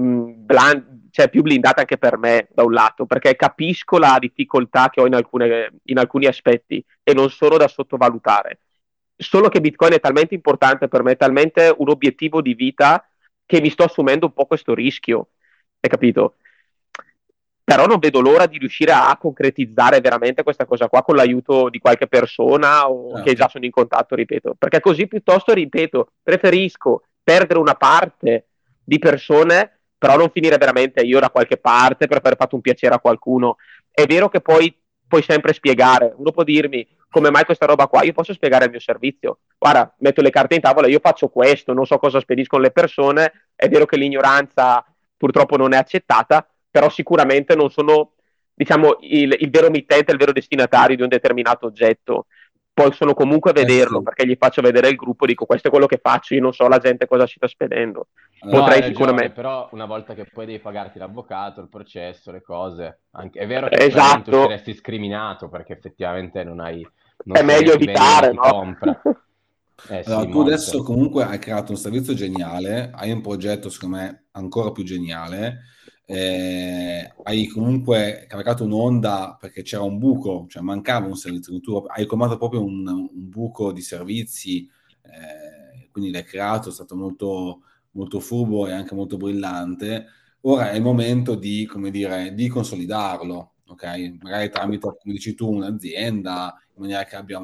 S2: cioè più blindate anche per me, da un lato, perché capisco la difficoltà che ho in alcuni aspetti e non sono da sottovalutare. Solo che Bitcoin è talmente importante per me, è talmente un obiettivo di vita che mi sto assumendo un po' questo rischio, hai capito? Però non vedo l'ora di riuscire a concretizzare veramente questa cosa qua con l'aiuto di qualche persona o che
S1: Certo.
S2: già sono in contatto, ripeto, perché così piuttosto, ripeto, preferisco perdere una parte di persone, però non finire veramente io da qualche parte per aver fatto un piacere a qualcuno. È vero che poi puoi sempre spiegare, uno può dirmi come mai questa roba qua, io posso spiegare il mio servizio, guarda, metto le carte in tavola, io faccio questo, non so cosa spediscono le persone, è vero che l'ignoranza purtroppo non è accettata, però sicuramente non sono, diciamo, il vero mittente, il vero destinatario di un determinato oggetto. possono comunque vederlo,
S1: sì.
S2: perché gli faccio vedere il gruppo, dico questo è quello che faccio, io non so la gente cosa ci sta spedendo.
S4: No,
S2: Potrei
S4: hai ragione,
S2: sicuramente...
S4: però una volta che poi devi pagarti l'avvocato, il processo, le cose, è vero che probabilmente
S2: Esatto,
S4: usciresti scriminato perché effettivamente non
S2: è
S4: sai né
S2: meglio
S4: chi vende né
S2: evitare,
S4: chi
S2: no?
S4: compra. Eh sì,
S1: Allora, tu adesso
S4: molto.
S1: comunque hai creato un servizio geniale, hai un progetto secondo me ancora più geniale, hai comunque caricato un'onda perché c'era un buco, cioè mancava un servizio, tu hai colmato proprio un buco di servizi, quindi l'hai creato, è stato molto, molto furbo e anche molto brillante. Ora è il momento di, come dire, di consolidarlo, ok? Magari tramite, come dici tu, un'azienda, in maniera che abbia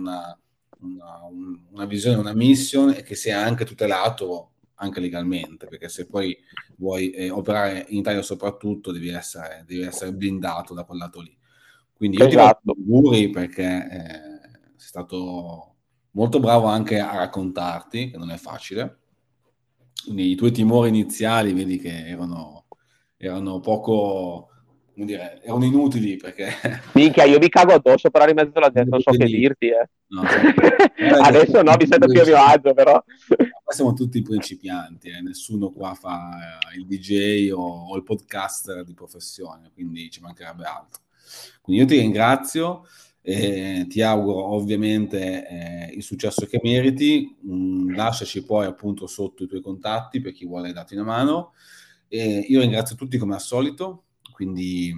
S1: una visione, una mission e che sia anche tutelato anche legalmente, perché se poi vuoi operare in Italia soprattutto devi essere blindato da quel lato lì. Quindi io ti faccio gli
S2: Esatto.
S1: auguri perché sei stato molto bravo anche a raccontarti, che non è facile. Quindi i tuoi timori iniziali vedi che erano poco, come dire, erano inutili perché
S2: Minchia, io mi cago addosso per in mezzo alla gente, non so che dirti, eh.
S1: no, guarda che
S2: Adesso no, mi sento più a mio agio, però.
S1: qua siamo tutti principianti, nessuno qua fa il DJ o il podcaster di professione, quindi ci mancherebbe altro. Quindi io ti ringrazio e ti auguro ovviamente il successo che meriti. Lasciaci poi appunto sotto i tuoi contatti per chi vuole darti una mano. E io ringrazio tutti come al solito, quindi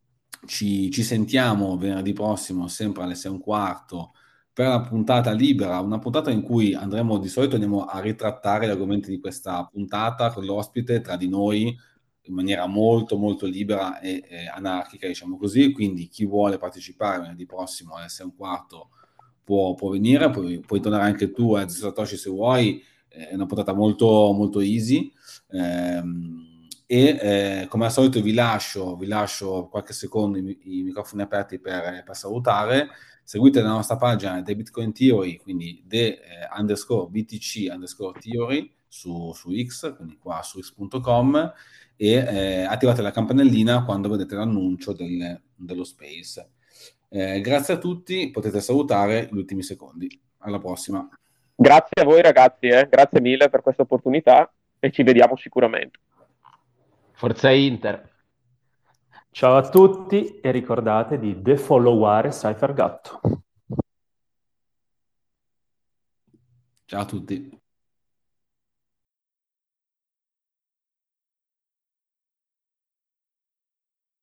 S1: ci sentiamo venerdì prossimo sempre alle 6:15 per una puntata libera, una puntata in cui andremo di solito andiamo a ritrattare gli argomenti di questa puntata con l'ospite tra di noi in maniera molto molto libera e anarchica, diciamo così. Quindi chi vuole partecipare venerdì prossimo alle 6:15 può venire, puoi tornare anche tu a Satoshi se vuoi, è una puntata molto molto easy. Come al solito vi lascio qualche secondo i microfoni aperti per salutare. Seguite la nostra pagina The Bitcoin Theory, quindi the BTC underscore theory su X, quindi qua su x.com, e attivate la campanellina quando vedete l'annuncio dello space. Grazie a tutti, potete salutare gli ultimi secondi. Alla prossima.
S2: Grazie a voi ragazzi, grazie mille per questa opportunità e ci vediamo sicuramente.
S4: Forza Inter.
S3: Ciao a tutti e ricordate di defolloware CypherGatto.
S1: Ciao a tutti.